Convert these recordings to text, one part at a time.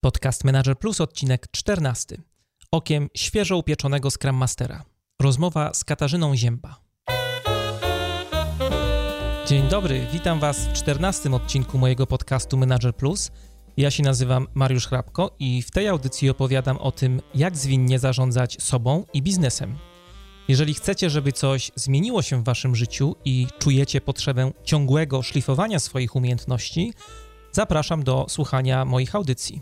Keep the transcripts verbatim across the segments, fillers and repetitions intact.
Podcast Manager Plus, odcinek czternasty. Okiem świeżo upieczonego Scrum Mastera. Rozmowa z Katarzyną Zięba. Dzień dobry, witam Was w czternastym odcinku mojego podcastu Manager Plus. Ja się nazywam Mariusz Hrabko i w tej audycji opowiadam o tym, jak zwinnie zarządzać sobą i biznesem. Jeżeli chcecie, żeby coś zmieniło się w Waszym życiu i czujecie potrzebę ciągłego szlifowania swoich umiejętności, zapraszam do słuchania moich audycji.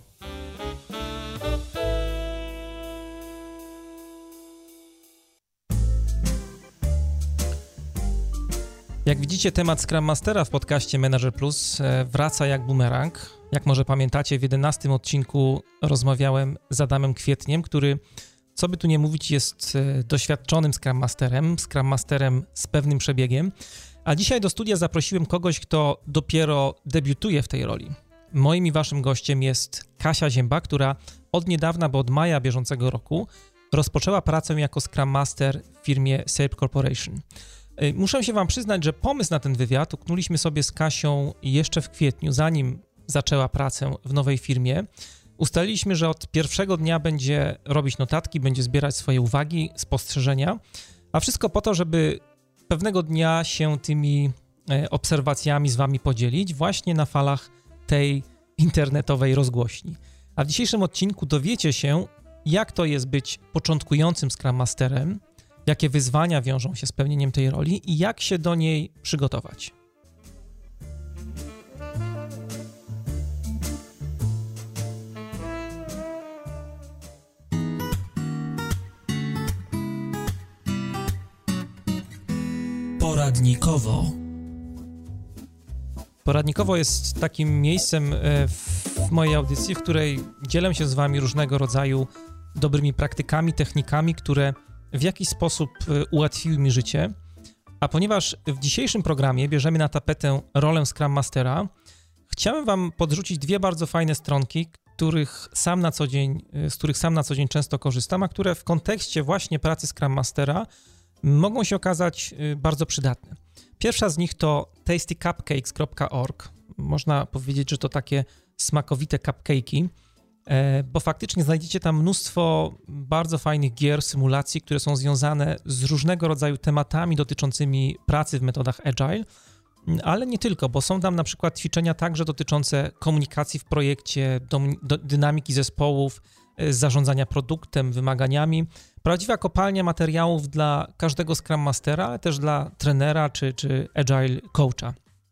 Jak widzicie, temat Scrum Mastera w podcaście Manager Plus wraca jak bumerang. Jak może pamiętacie, w jedenastym odcinku rozmawiałem z Adamem Kwietniem, który, co by tu nie mówić, jest doświadczonym Scrum Masterem, Scrum Masterem z pewnym przebiegiem, a dzisiaj do studia zaprosiłem kogoś, kto dopiero debiutuje w tej roli. Moim i waszym gościem jest Kasia Zięba, która od niedawna, bo od maja bieżącego roku, rozpoczęła pracę jako Scrum Master w firmie Sape Corporation. Muszę się wam przyznać, że pomysł na ten wywiad uknuliśmy sobie z Kasią jeszcze w kwietniu, zanim zaczęła pracę w nowej firmie. Ustaliliśmy, że od pierwszego dnia będzie robić notatki, będzie zbierać swoje uwagi, spostrzeżenia, a wszystko po to, żeby pewnego dnia się tymi obserwacjami z wami podzielić właśnie na falach tej internetowej rozgłośni. A w dzisiejszym odcinku dowiecie się, jak to jest być początkującym Scrum Masterem, jakie wyzwania wiążą się z pełnieniem tej roli i jak się do niej przygotować. Poradnikowo. Poradnikowo jest takim miejscem w mojej audycji, w której dzielę się z wami różnego rodzaju dobrymi praktykami, technikami, które w jakiś sposób ułatwiły mi życie. A ponieważ w dzisiejszym programie bierzemy na tapetę rolę Scrum Mastera, chciałem wam podrzucić dwie bardzo fajne stronki, których sam na co dzień, z których sam na co dzień często korzystam, a które w kontekście właśnie pracy Scrum Mastera mogą się okazać bardzo przydatne. Pierwsza z nich to tasty cupcakes kropka org. Można powiedzieć, że to takie smakowite cupcake'i, bo faktycznie znajdziecie tam mnóstwo bardzo fajnych gier, symulacji, które są związane z różnego rodzaju tematami dotyczącymi pracy w metodach Agile, ale nie tylko, bo są tam na przykład ćwiczenia także dotyczące komunikacji w projekcie, do, do, dynamiki zespołów, zarządzania produktem, wymaganiami. Prawdziwa kopalnia materiałów dla każdego Scrum Mastera, ale też dla trenera czy, czy Agile Coacha.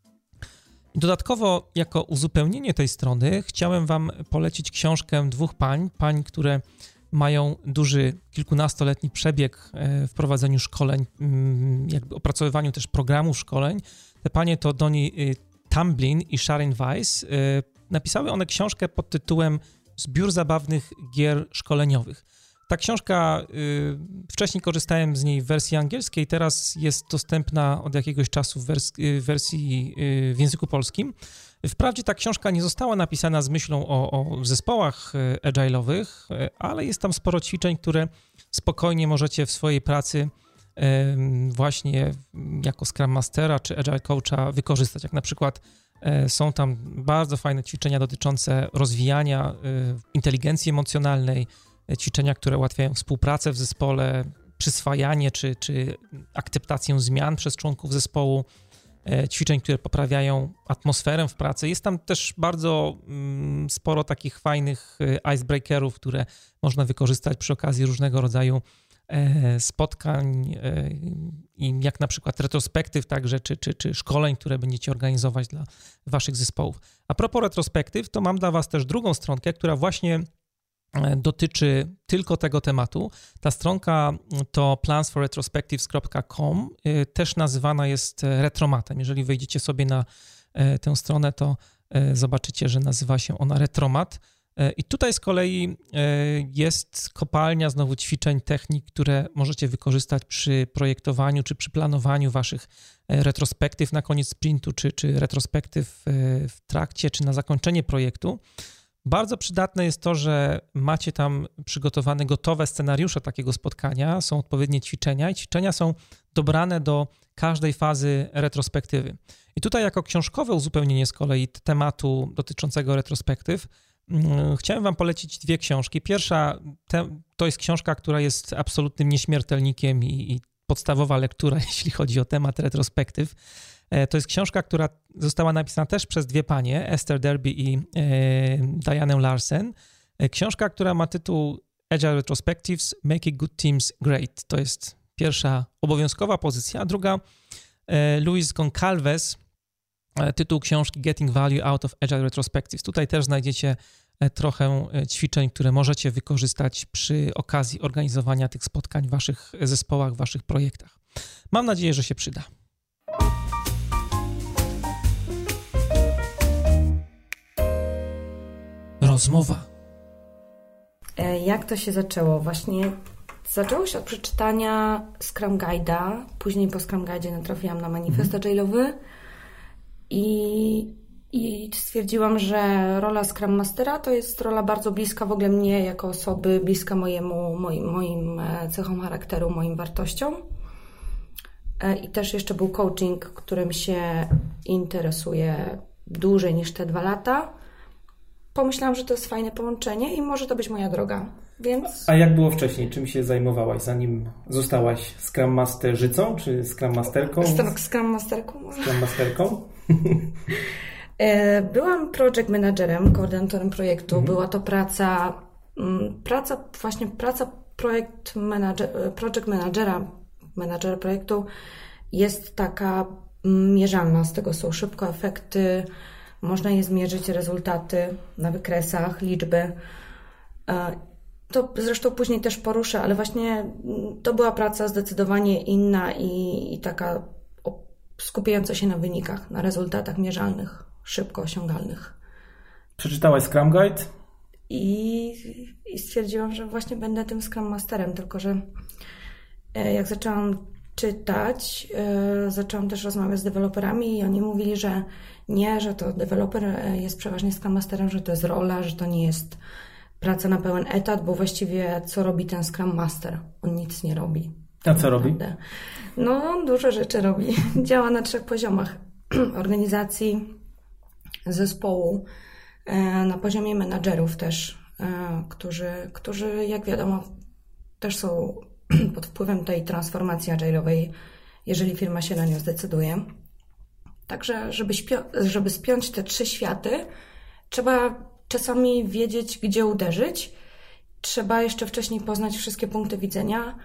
Dodatkowo, jako uzupełnienie tej strony, chciałem wam polecić książkę dwóch pań, pań, które mają duży, kilkunastoletni przebieg w prowadzeniu szkoleń, jakby opracowywaniu też programów szkoleń. Te panie to Donnie Tamblyn i Sharon Weiss. Napisały one książkę pod tytułem Zbiór zabawnych gier szkoleniowych. Ta książka, y, wcześniej korzystałem z niej w wersji angielskiej, teraz jest dostępna od jakiegoś czasu w wers- y, wersji y, w języku polskim. Wprawdzie ta książka nie została napisana z myślą o, o zespołach y, agile'owych, y, ale jest tam sporo ćwiczeń, które spokojnie możecie w swojej pracy y, właśnie jako Scrum Mastera czy Agile Coacha wykorzystać. Jak na przykład y, są tam bardzo fajne ćwiczenia dotyczące rozwijania y, inteligencji emocjonalnej, ćwiczenia, które ułatwiają współpracę w zespole, przyswajanie czy, czy akceptację zmian przez członków zespołu, ćwiczeń, które poprawiają atmosferę w pracy. Jest tam też bardzo mm, sporo takich fajnych icebreakerów, które można wykorzystać przy okazji różnego rodzaju e, spotkań e, i jak na przykład retrospektyw także, czy, czy, czy szkoleń, które będziecie organizować dla waszych zespołów. A propos retrospektyw, to mam dla was też drugą stronkę, która właśnie dotyczy tylko tego tematu. Ta stronka to plans for retrospectives kropka com, też nazywana jest Retromatem. Jeżeli wejdziecie sobie na tę stronę, to zobaczycie, że nazywa się ona Retromat. I tutaj z kolei jest kopalnia znowu ćwiczeń, technik, które możecie wykorzystać przy projektowaniu czy przy planowaniu waszych retrospektyw na koniec sprintu, czy, czy retrospektyw w trakcie, czy na zakończenie projektu. Bardzo przydatne jest to, że macie tam przygotowane gotowe scenariusze takiego spotkania, są odpowiednie ćwiczenia i ćwiczenia są dobrane do każdej fazy retrospektywy. I tutaj jako książkowe uzupełnienie z kolei tematu dotyczącego retrospektyw Chciałem wam polecić dwie książki. Pierwsza te, to jest książka, która jest absolutnym nieśmiertelnikiem i, i podstawowa lektura, jeśli chodzi o temat retrospektyw. To jest książka, która została napisana też przez dwie panie, Esther Derby i e, Dianę Larsen. Książka, która ma tytuł Agile Retrospectives, Making Good Teams Great. To jest pierwsza obowiązkowa pozycja, a druga e, Luis Goncalves, e, tytuł książki Getting Value Out of Agile Retrospectives. Tutaj też znajdziecie e, trochę ćwiczeń, które możecie wykorzystać przy okazji organizowania tych spotkań w waszych zespołach, w waszych projektach. Mam nadzieję, że się przyda. Rozmowa. Jak to się zaczęło? Właśnie zaczęło się od przeczytania Scrum Guide'a, później po Scrum Guide'zie natrafiłam na manifest mm. agile'owy i, i stwierdziłam, że rola Scrum Mastera to jest rola bardzo bliska w ogóle mnie jako osoby, bliska mojemu, moim, moim cechom charakteru, moim wartościom. I też jeszcze był coaching, którym się interesuję dłużej niż te dwa lata. Pomyślałam, że to jest fajne połączenie i może to być moja droga, więc... A jak było wcześniej? Czym się zajmowałaś, zanim zostałaś Scrum Masterzycą, czy Scrum Masterką? Scrum Masterką. Scrum Masterką? Byłam project managerem, koordynatorem projektu. Mhm. Była to praca, praca właśnie praca projekt manager, project managera, menadżera projektu jest taka mierzalna. Z tego są szybko efekty, można je zmierzyć, rezultaty na wykresach, liczby. To zresztą później też poruszę, ale właśnie to była praca zdecydowanie inna i, i taka skupiająca się na wynikach, na rezultatach mierzalnych, szybko osiągalnych. Przeczytałaś Scrum Guide? I, i stwierdziłam, że właśnie będę tym Scrum Masterem, tylko że jak zaczęłam czytać, zaczęłam też rozmawiać z deweloperami i oni mówili, że nie, że to deweloper jest przeważnie Scrum Masterem, że to jest rola, że to nie jest praca na pełen etat, bo właściwie co robi ten Scrum Master? On nic nie robi. A co robi? No, dużo rzeczy robi. Działa na trzech poziomach. Organizacji, zespołu, na poziomie menadżerów też, którzy, którzy jak wiadomo też są pod wpływem tej transformacji agile'owej, jeżeli firma się na nią zdecyduje. Także, żeby, śpio- żeby spiąć te trzy światy, trzeba czasami wiedzieć, gdzie uderzyć. Trzeba jeszcze wcześniej poznać wszystkie punkty widzenia.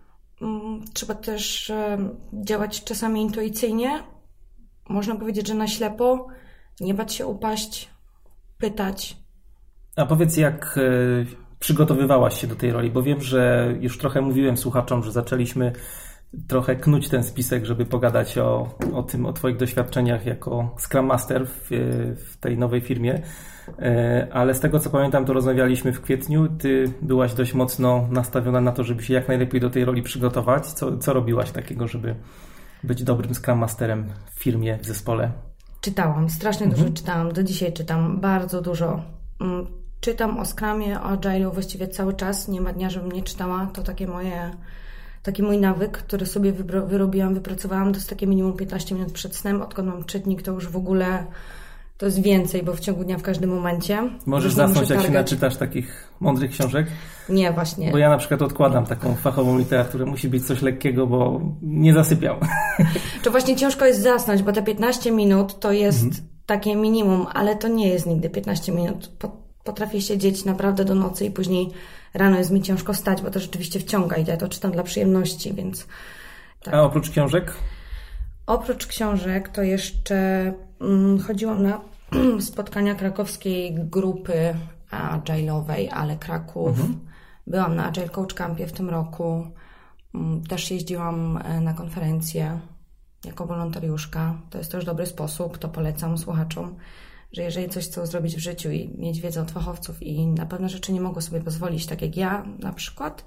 Trzeba też działać czasami intuicyjnie. Można powiedzieć, że na ślepo. Nie bać się upaść, pytać. A powiedz, jak przygotowywałaś się do tej roli? Bo wiem, że już trochę mówiłem słuchaczom, że zaczęliśmy trochę knuć ten spisek, żeby pogadać o, o tym, o Twoich doświadczeniach jako Scrum Master w, w tej nowej firmie. Ale z tego, co pamiętam, to rozmawialiśmy w kwietniu. Ty byłaś dość mocno nastawiona na to, żeby się jak najlepiej do tej roli przygotować. Co, co robiłaś takiego, żeby być dobrym Scrum Masterem w firmie, w zespole? Czytałam, strasznie mhm. dużo czytałam. Do dzisiaj czytam bardzo dużo. Czytam o Scrumie, o Agile'u właściwie cały czas. Nie ma dnia, żebym nie czytała. To takie moje... Taki mój nawyk, który sobie wyrobiłam, wypracowałam, to jest takie minimum piętnaście minut przed snem. Odkąd mam czytnik, to już w ogóle to jest więcej, bo w ciągu dnia w każdym momencie. Możesz zasnąć, jak się naczytasz takich mądrych książek? Nie, właśnie. Bo ja na przykład odkładam taką fachową literaturę, musi być coś lekkiego, bo nie zasypiam. To właśnie ciężko jest zasnąć, bo te piętnaście minut to jest mhm. takie minimum, ale to nie jest nigdy piętnaście minut. Potrafię siedzieć naprawdę do nocy i później rano jest mi ciężko wstać, bo to rzeczywiście wciąga i ja to czytam dla przyjemności, więc... Tak. A oprócz książek? Oprócz książek to jeszcze mm, chodziłam na spotkania krakowskiej grupy agile'owej, ale Kraków. Mhm. Byłam na Agile Coach Campie w tym roku. Też jeździłam na konferencje jako wolontariuszka. To jest też dobry sposób, to polecam słuchaczom, że jeżeli coś chcą zrobić w życiu i mieć wiedzę od fachowców i na pewne rzeczy nie mogą sobie pozwolić, tak jak ja na przykład,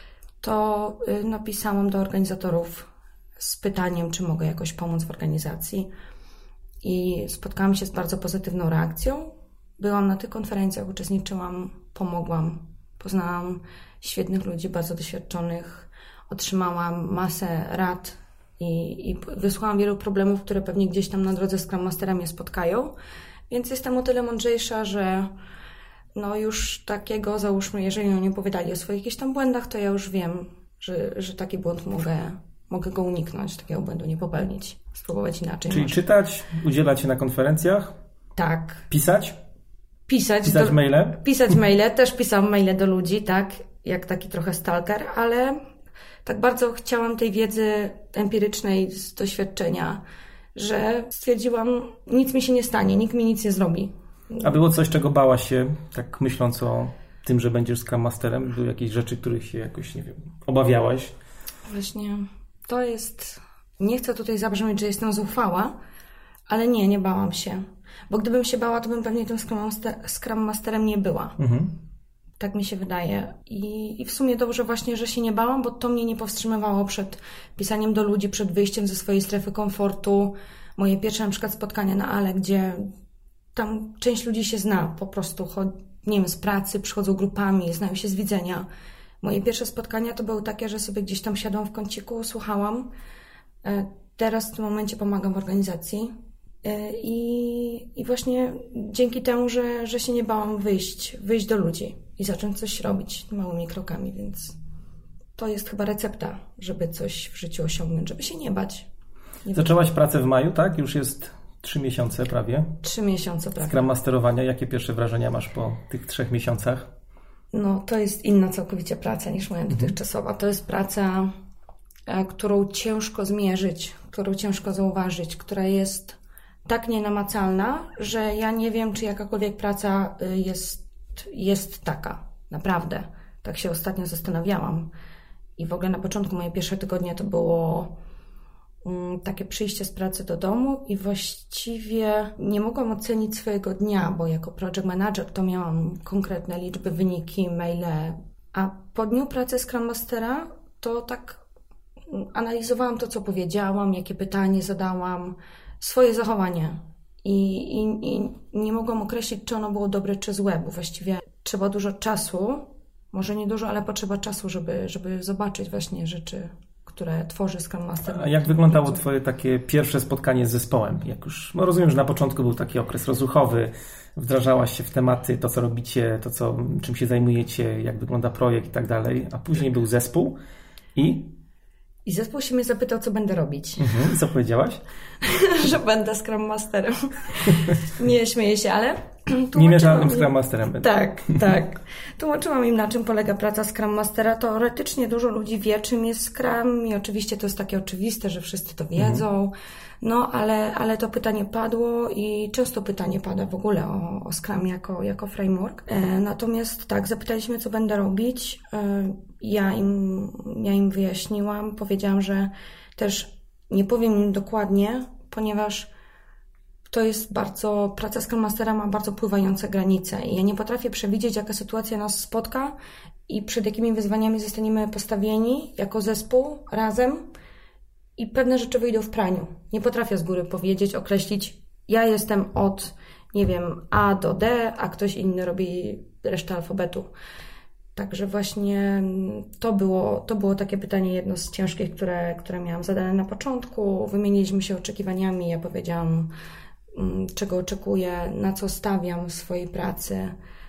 to napisałam do organizatorów z pytaniem, czy mogę jakoś pomóc w organizacji i spotkałam się z bardzo pozytywną reakcją. Byłam na tych konferencjach, uczestniczyłam, pomogłam, poznałam świetnych ludzi, bardzo doświadczonych, otrzymałam masę rad i, i wysłałam wielu problemów, które pewnie gdzieś tam na drodze Scrum Mastera mnie spotkają. Więc jestem o tyle mądrzejsza, że no już takiego, załóżmy, jeżeli oni opowiadali o swoich jakichś tam błędach, to ja już wiem, że, że taki błąd mogę, mogę go uniknąć, takiego błędu nie popełnić, spróbować inaczej. Czyli może. Czytać, udzielać się na konferencjach? Tak. Pisać? Pisać. Pisać do, maile? Pisać maile, też pisałam maile do ludzi, tak, jak taki trochę stalker, ale tak bardzo chciałam tej wiedzy empirycznej z doświadczenia, że stwierdziłam, nic mi się nie stanie, nikt mi nic nie zrobi. A było coś, czego bałaś się, tak myśląc o tym, że będziesz Scrum Masterem? Były jakieś rzeczy, których się jakoś, nie wiem, obawiałaś? Właśnie, to jest... Nie chcę tutaj zabrzmieć, że jestem zuchwała, ale nie, nie bałam się. Bo gdybym się bała, to bym pewnie tym Scrum, Master, Scrum Masterem nie była. Mhm. Tak mi się wydaje. I, I w sumie dobrze właśnie, że się nie bałam, bo to mnie nie powstrzymywało przed pisaniem do ludzi, przed wyjściem ze swojej strefy komfortu. Moje pierwsze na przykład spotkania na Ale, gdzie tam część ludzi się zna po prostu, nie wiem, z pracy, przychodzą grupami, znają się z widzenia. Moje pierwsze spotkania to były takie, że sobie gdzieś tam siadłam w kąciku, słuchałam. Teraz w tym momencie pomagam w organizacji. I, i właśnie dzięki temu, że, że się nie bałam wyjść, wyjść do ludzi i zacząć coś robić małymi krokami, więc to jest chyba recepta, żeby coś w życiu osiągnąć, żeby się nie bać. Nie Zaczęłaś bać. Pracę w maju, tak? Już jest trzy miesiące prawie. Trzy miesiące prawie. Scrum Masterowania. Jakie pierwsze wrażenia masz po tych trzech miesiącach? No to jest inna całkowicie praca niż moja dotychczasowa. To jest praca, którą ciężko zmierzyć, którą ciężko zauważyć, która jest tak nienamacalna, że ja nie wiem, czy jakakolwiek praca jest, jest taka. Naprawdę. Tak się ostatnio zastanawiałam. I w ogóle na początku moje pierwsze tygodnie to było um, takie przyjście z pracy do domu i właściwie nie mogłam ocenić swojego dnia, bo jako project manager to miałam konkretne liczby, wyniki, maile, a po dniu pracy Scrum Mastera to tak analizowałam to, co powiedziałam, jakie pytanie zadałam, swoje zachowanie I, i, i nie mogłam określić, czy ono było dobre, czy złe, bo właściwie trzeba dużo czasu, może nie dużo, ale potrzeba czasu, żeby, żeby zobaczyć właśnie rzeczy, które tworzy Scrum Master. A jak wyglądało Twoje takie pierwsze spotkanie z zespołem? Jak już, no rozumiem, że na początku był taki okres rozruchowy, wdrażałaś się w tematy, to co robicie, to co, czym się zajmujecie, jak wygląda projekt i tak dalej, a później był zespół i... I zespół się mnie zapytał, co będę robić. Mhm. Co powiedziałaś? Że będę Scrum Masterem. Nie śmieję się, ale... Niemierzalnym Scrum Masterem będę. Tak, tak. Tłumaczyłam im, na czym polega praca Scrum Mastera. Teoretycznie dużo ludzi wie, czym jest Scrum i oczywiście to jest takie oczywiste, że wszyscy to wiedzą. Mhm. No, ale, ale to pytanie padło i często pytanie pada w ogóle o, o Scrum jako, jako framework. E, natomiast tak, zapytaliśmy, co będę robić. E, ja im, ja im wyjaśniłam, powiedziałam, że też nie powiem im dokładnie, ponieważ to jest bardzo, praca Scrum Mastera ma bardzo pływające granice i ja nie potrafię przewidzieć, jaka sytuacja nas spotka i przed jakimi wyzwaniami zostaniemy postawieni jako zespół razem i pewne rzeczy wyjdą w praniu. Nie potrafię z góry powiedzieć, określić, ja jestem od, nie wiem, A do D, a ktoś inny robi resztę alfabetu. Także właśnie to było, to było takie pytanie, jedno z ciężkich, które, które miałam zadane na początku. Wymieniliśmy się oczekiwaniami, ja powiedziałam, czego oczekuję, na co stawiam w swojej pracy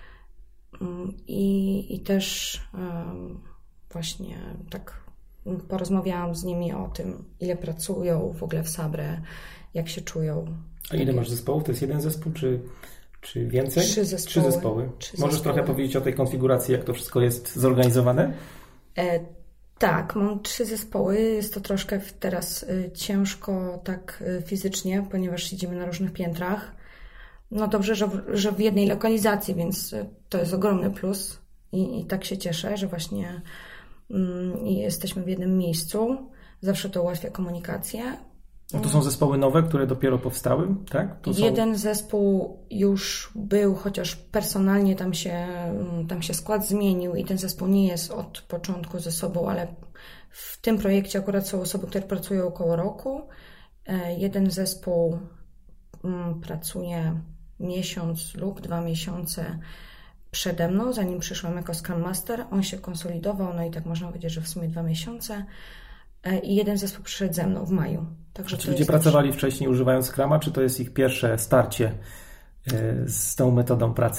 i, i też um, właśnie tak porozmawiałam z nimi o tym, ile pracują w ogóle w Sabre, jak się czują. A ile masz zespołów? To jest jeden zespół, czy, czy więcej? Trzy zespoły. Trzy zespoły. Trzy Możesz zespoły. trochę powiedzieć o tej konfiguracji, jak to wszystko jest zorganizowane? E, Tak, mam trzy zespoły. Jest to troszkę teraz y, ciężko tak y, fizycznie, ponieważ siedzimy na różnych piętrach. No dobrze, że w, że w jednej lokalizacji, więc y, to jest ogromny plus i, i tak się cieszę, że właśnie y, jesteśmy w jednym miejscu. Zawsze to ułatwia komunikację. No to są zespoły nowe, które dopiero powstały, tak? To są... Jeden zespół już był, chociaż personalnie tam się, tam się skład zmienił i ten zespół nie jest od początku ze sobą, ale w tym projekcie akurat są osoby, które pracują około roku. Jeden zespół pracuje miesiąc lub dwa miesiące przede mną, zanim przyszłam jako Scrum Master. On się konsolidował, no i tak można powiedzieć, że w sumie dwa miesiące. I jeden zespół przyszedł ze mną w maju. Także czy ludzie pracowali też... wcześniej używając Scruma, czy to jest ich pierwsze starcie z tą metodą pracy?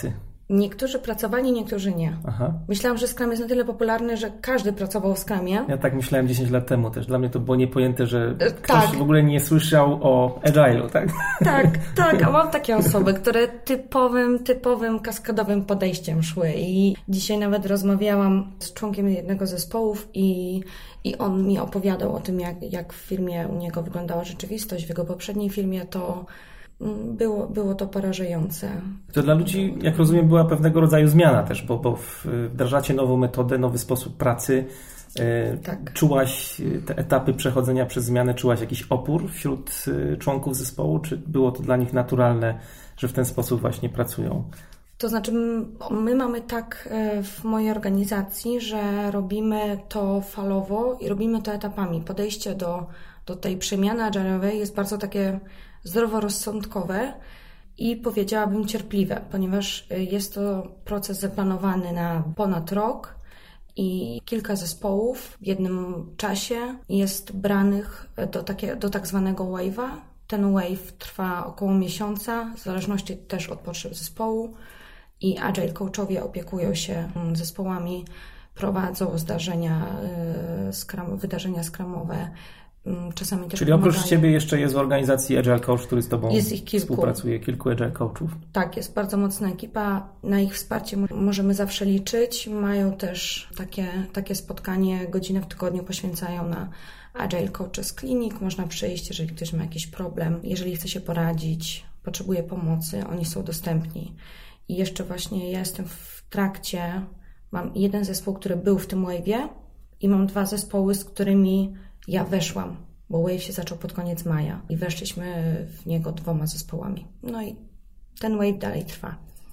Niektórzy pracowali, niektórzy nie. Aha. Myślałam, że Scrum jest na tyle popularny, że każdy pracował w Scrumie. Ja tak myślałem dziesięć lat temu też. Dla mnie to było niepojęte, że ktoś tak. w ogóle nie słyszał o Agile'u, tak? Tak, tak. A mam takie osoby, które typowym, typowym, kaskadowym podejściem szły. I dzisiaj nawet rozmawiałam z członkiem jednego z zespołów i, i on mi opowiadał o tym, jak, jak w firmie u niego wyglądała rzeczywistość. W jego poprzedniej firmie to Było, było to porażające. To dla ludzi, jak rozumiem, była pewnego rodzaju zmiana też, bo, bo wdrażacie nową metodę, nowy sposób pracy. Tak. Czułaś te etapy przechodzenia przez zmianę, czułaś jakiś opór wśród członków zespołu, czy było to dla nich naturalne, że w ten sposób właśnie pracują? To znaczy, my mamy tak w mojej organizacji, że robimy to falowo i robimy to etapami. Podejście do, do tej przemiany agile'owej jest bardzo takie zdroworozsądkowe i powiedziałabym cierpliwe, ponieważ jest to proces zaplanowany na ponad rok i kilka zespołów w jednym czasie jest branych do, takie, do tak zwanego wave'a. Ten wave trwa około miesiąca, w zależności też od potrzeb zespołu i agile coachowie opiekują się zespołami, prowadzą zdarzenia, skram, wydarzenia skramowe. Czasami też Czyli oprócz pomagają. Ciebie jeszcze jest w organizacji Agile Coach, który z Tobą jest ich kilku. współpracuje, kilku Agile Coachów. Tak, jest bardzo mocna ekipa. Na ich wsparcie możemy zawsze liczyć. Mają też takie, takie spotkanie, godzinę w tygodniu poświęcają na Agile Coaches Clinic. Można przyjść, jeżeli ktoś ma jakiś problem, jeżeli chce się poradzić, potrzebuje pomocy, oni są dostępni. I jeszcze właśnie ja jestem w trakcie, mam jeden zespół, który był w tym wave'ie i mam dwa zespoły, z którymi ja weszłam, bo Wave się zaczął pod koniec maja i weszliśmy w niego dwoma zespołami. No i ten Wave dalej trwa.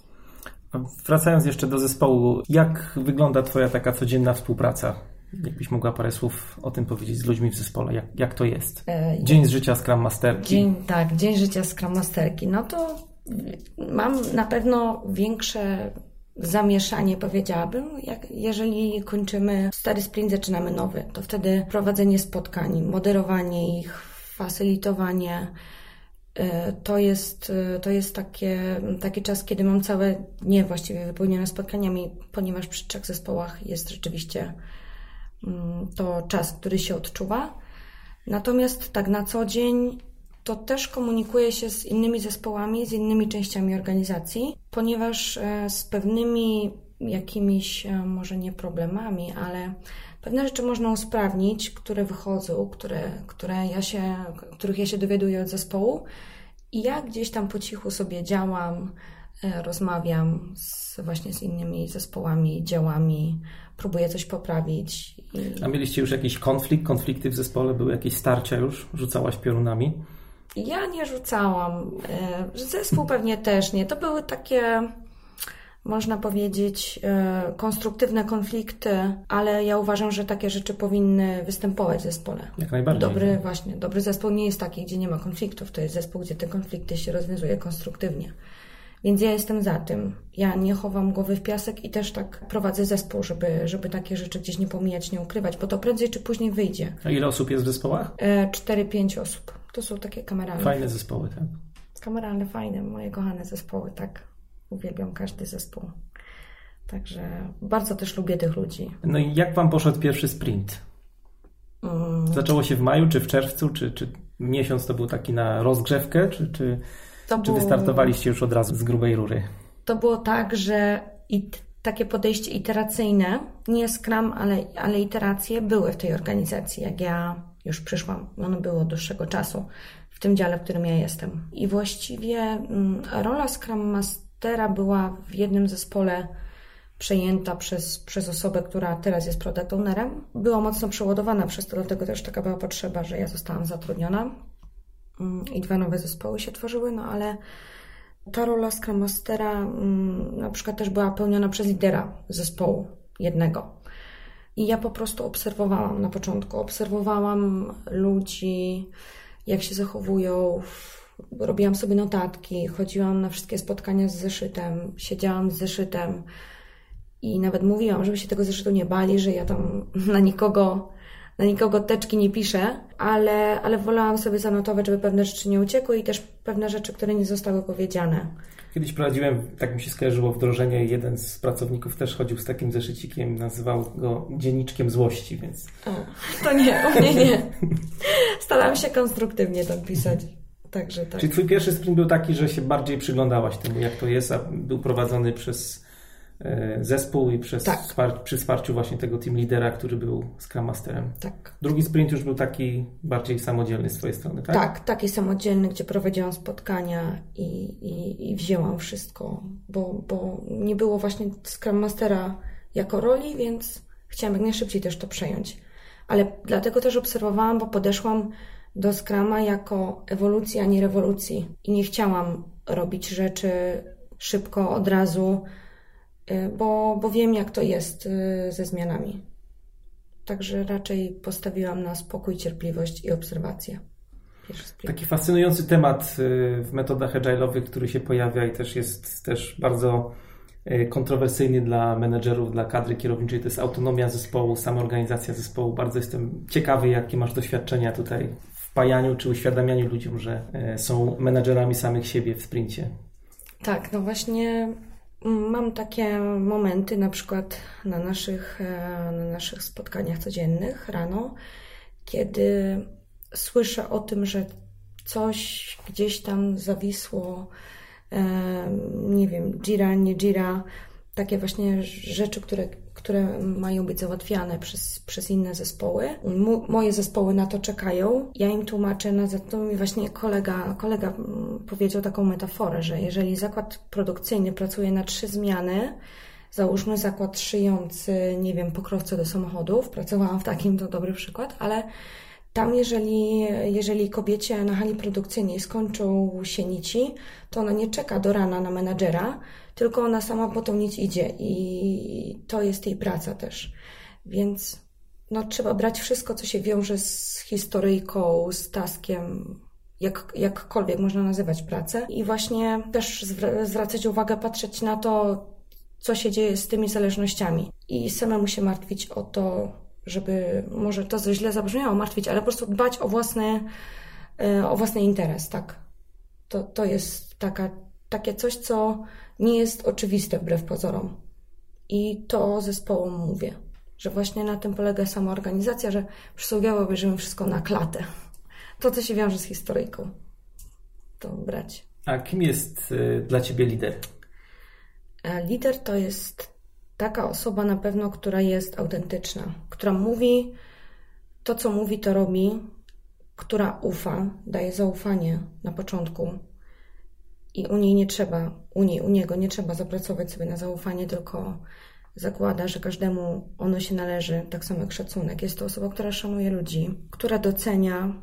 Wracając jeszcze do zespołu, jak wygląda Twoja taka codzienna współpraca? Jakbyś mogła parę słów o tym powiedzieć z ludźmi w zespole? Jak, jak to jest? Dzień z życia Scrum Masterki. Dzień, tak, dzień życia Scrum Masterki. No to mam na pewno większe zamieszanie, powiedziałabym. Jak, jeżeli kończymy stary sprint, zaczynamy nowy, to wtedy prowadzenie spotkań, moderowanie ich, facylitowanie, to jest, to jest takie, taki czas, kiedy mam całe dnie właściwie wypełnione spotkaniami, ponieważ przy trzech zespołach jest rzeczywiście to czas, który się odczuwa. Natomiast tak na co dzień to też komunikuję się z innymi zespołami, z innymi częściami organizacji, ponieważ z pewnymi jakimiś, może nie problemami, ale pewne rzeczy można usprawnić, które wychodzą, które, które ja się, których ja się dowiaduję od zespołu i ja gdzieś tam po cichu sobie działam, rozmawiam z, właśnie z innymi zespołami, działami, próbuję coś poprawić. I... A mieliście już jakiś konflikt, konflikty w zespole, były jakieś starcia już? Rzucałaś piorunami? Ja nie rzucałam. Zespół pewnie też nie. To były takie, można powiedzieć, konstruktywne konflikty, ale ja uważam, że takie rzeczy powinny występować w zespole. Jak najbardziej. Dobry, właśnie, dobry zespół nie jest taki, gdzie nie ma konfliktów. To jest zespół, gdzie te konflikty się rozwiązuje konstruktywnie. Więc ja jestem za tym. Ja nie chowam głowy w piasek i też tak prowadzę zespół, żeby, żeby takie rzeczy gdzieś nie pomijać, nie ukrywać, bo to prędzej czy później wyjdzie. A ile osób jest w zespołach? Cztery, pięć osób. To są takie kameralne. Fajne zespoły, tak? Kameralne, fajne. Moje kochane zespoły, tak. Uwielbiam każdy zespół. Także bardzo też lubię tych ludzi. No i jak Wam poszedł pierwszy sprint? Hmm. Zaczęło się w maju, czy w czerwcu, czy, czy miesiąc to był taki na rozgrzewkę, czy... czy... To Czy wystartowaliście już od razu z grubej rury? To było tak, że i takie podejście iteracyjne, nie Scrum, ale, ale iteracje były w tej organizacji, jak ja już przyszłam. Ono było od dłuższego czasu w tym dziale, w którym ja jestem. I właściwie mm, rola Scrum Mastera była w jednym zespole przejęta przez, przez osobę, która teraz jest product ownerem. Była mocno przeładowana przez to, dlatego też taka była potrzeba, że ja zostałam zatrudniona. I dwa nowe zespoły się tworzyły, no ale ta rola Scrum Mastera na przykład też była pełniona przez lidera zespołu jednego. I ja po prostu obserwowałam na początku, obserwowałam ludzi, jak się zachowują, robiłam sobie notatki, chodziłam na wszystkie spotkania z zeszytem, siedziałam z zeszytem i nawet mówiłam, żeby się tego zeszytu nie bali, że ja tam na nikogo na nikogo teczki nie piszę, ale, ale wolałam sobie zanotować, żeby pewne rzeczy nie uciekły i też pewne rzeczy, które nie zostały powiedziane. Kiedyś prowadziłem, tak mi się skojarzyło, wdrożenie i jeden z pracowników też chodził z takim zeszycikiem, nazywał go dzienniczkiem złości, więc... O, to nie, u mnie nie. Staram się konstruktywnie tam pisać. Także tak. Czyli twój pierwszy sprint był taki, że się bardziej przyglądałaś temu, jak to jest, a był prowadzony przez zespół i przez tak. wspar- przy wsparciu właśnie tego team lidera, który był Scrum Masterem. Tak. Drugi sprint już był taki bardziej samodzielny z twojej strony, tak? Tak, taki samodzielny, gdzie prowadziłam spotkania i, i, i wzięłam wszystko, bo, bo nie było właśnie Scrum Mastera jako roli, więc chciałam jak najszybciej też to przejąć. Ale dlatego też obserwowałam, bo podeszłam do Scruma jako ewolucji, a nie rewolucji. I nie chciałam robić rzeczy szybko, od razu, bo, bo wiem, jak to jest ze zmianami. Także raczej postawiłam na spokój, cierpliwość i obserwację. Taki fascynujący temat w metodach agile'owych, który się pojawia i też jest też bardzo kontrowersyjny dla menedżerów, dla kadry kierowniczej, to jest autonomia zespołu, samoorganizacja zespołu. Bardzo jestem ciekawy, jakie masz doświadczenia tutaj w wpajaniu czy uświadamianiu ludziom, że są menedżerami samych siebie w sprincie. Tak, no właśnie mam takie momenty, na przykład na naszych, na naszych spotkaniach codziennych rano, kiedy słyszę o tym, że coś gdzieś tam zawisło, nie wiem, Jira, nie Jira, takie właśnie rzeczy, które, które mają być załatwiane przez, przez inne zespoły. Mo, moje zespoły na to czekają. Ja im tłumaczę, na to mi właśnie kolega, kolega powiedział taką metaforę, że jeżeli zakład produkcyjny pracuje na trzy zmiany, załóżmy zakład szyjący, nie wiem, pokrowce do samochodów, pracowałam w takim, to dobry przykład, ale tam jeżeli, jeżeli kobiecie na hali produkcyjnej skończą się nici, to ona nie czeka do rana na menadżera, tylko ona sama po tą nić idzie i to jest jej praca też. Więc no, trzeba brać wszystko, co się wiąże z historyjką, z taskiem, jak, jakkolwiek można nazywać pracę i właśnie też zwracać uwagę, patrzeć na to, co się dzieje z tymi zależnościami i samemu się martwić o to, żeby, może to źle zabrzmiało, martwić, ale po prostu dbać o własny, o własny interes, tak. To, to jest taka, takie coś, co nie jest oczywiste wbrew pozorom. I to zespołom mówię, że właśnie na tym polega samoorganizacja, że przysługiowo bierzemy wszystko na klatę. To, co się wiąże z historyjką, to brać. A kim jest dla Ciebie lider? Lider to jest taka osoba na pewno, która jest autentyczna, która mówi to, co mówi, to robi, która ufa, daje zaufanie na początku i u niej nie trzeba, u niej, u niego nie trzeba zapracować sobie na zaufanie, tylko zakłada, że każdemu ono się należy, tak samo jak szacunek. Jest to osoba, która szanuje ludzi, która docenia,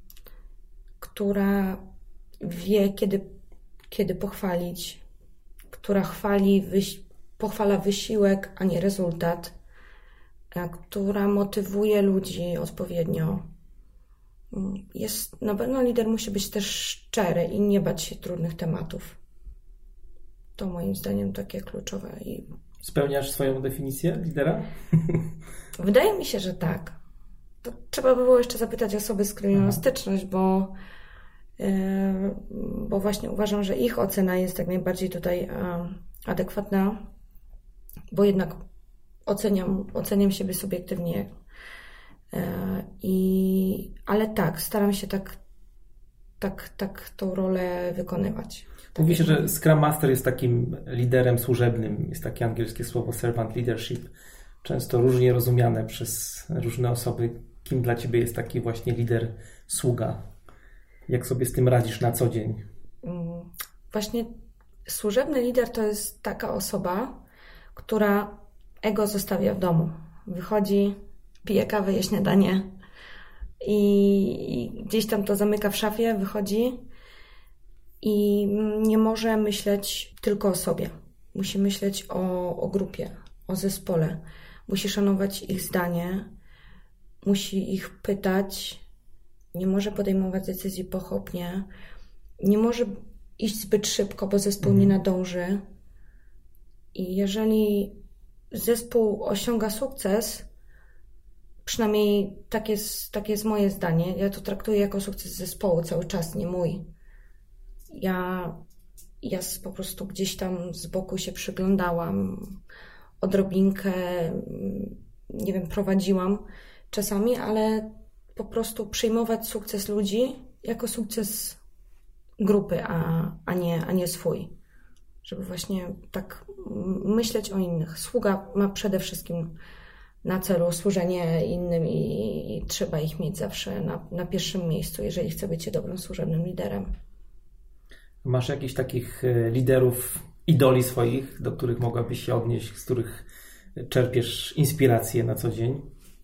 która wie, kiedy, kiedy pochwalić, która chwali wyś- pochwala wysiłek, a nie rezultat, która motywuje ludzi odpowiednio. Jest, na pewno lider musi być też szczery i nie bać się trudnych tematów. To moim zdaniem takie kluczowe. I... Spełniasz swoją definicję lidera? Wydaje mi się, że tak. To trzeba by było jeszcze zapytać osoby, z którymi mam styczność, bo, yy, bo właśnie uważam, że ich ocena jest jak najbardziej tutaj yy, adekwatna, bo jednak oceniam, oceniam siebie subiektywnie. I, ale tak, staram się tak, tak, tak tą rolę wykonywać. Mówi się, że Scrum Master jest takim liderem służebnym. Jest takie angielskie słowo servant leadership. Często różnie rozumiane przez różne osoby. Kim dla Ciebie jest taki właśnie lider sługa? Jak sobie z tym radzisz na co dzień? Właśnie służebny lider to jest taka osoba, która ego zostawia w domu. Wychodzi, pije kawę, je śniadanie i gdzieś tam to zamyka w szafie, wychodzi i nie może myśleć tylko o sobie. Musi myśleć o, o grupie, o zespole. Musi szanować ich zdanie, musi ich pytać, nie może podejmować decyzji pochopnie, nie może iść zbyt szybko, bo zespół mhm. nie nadąży. I jeżeli zespół osiąga sukces, Przynajmniej tak jest, tak jest moje zdanie. Ja to traktuję jako sukces zespołu cały czas, nie mój. Ja, ja po prostu gdzieś tam z boku się przyglądałam, odrobinkę, nie wiem, prowadziłam czasami, ale po prostu przyjmować sukces ludzi jako sukces grupy, a, a, nie, a nie swój. Żeby właśnie tak myśleć o innych. Sługa ma przede wszystkim na celu służenie innym i, i trzeba ich mieć zawsze na, na pierwszym miejscu, jeżeli chce być dobrym służebnym liderem. Masz jakichś takich liderów, idoli swoich, do których mogłabyś się odnieść, z których czerpiesz inspirację na co dzień?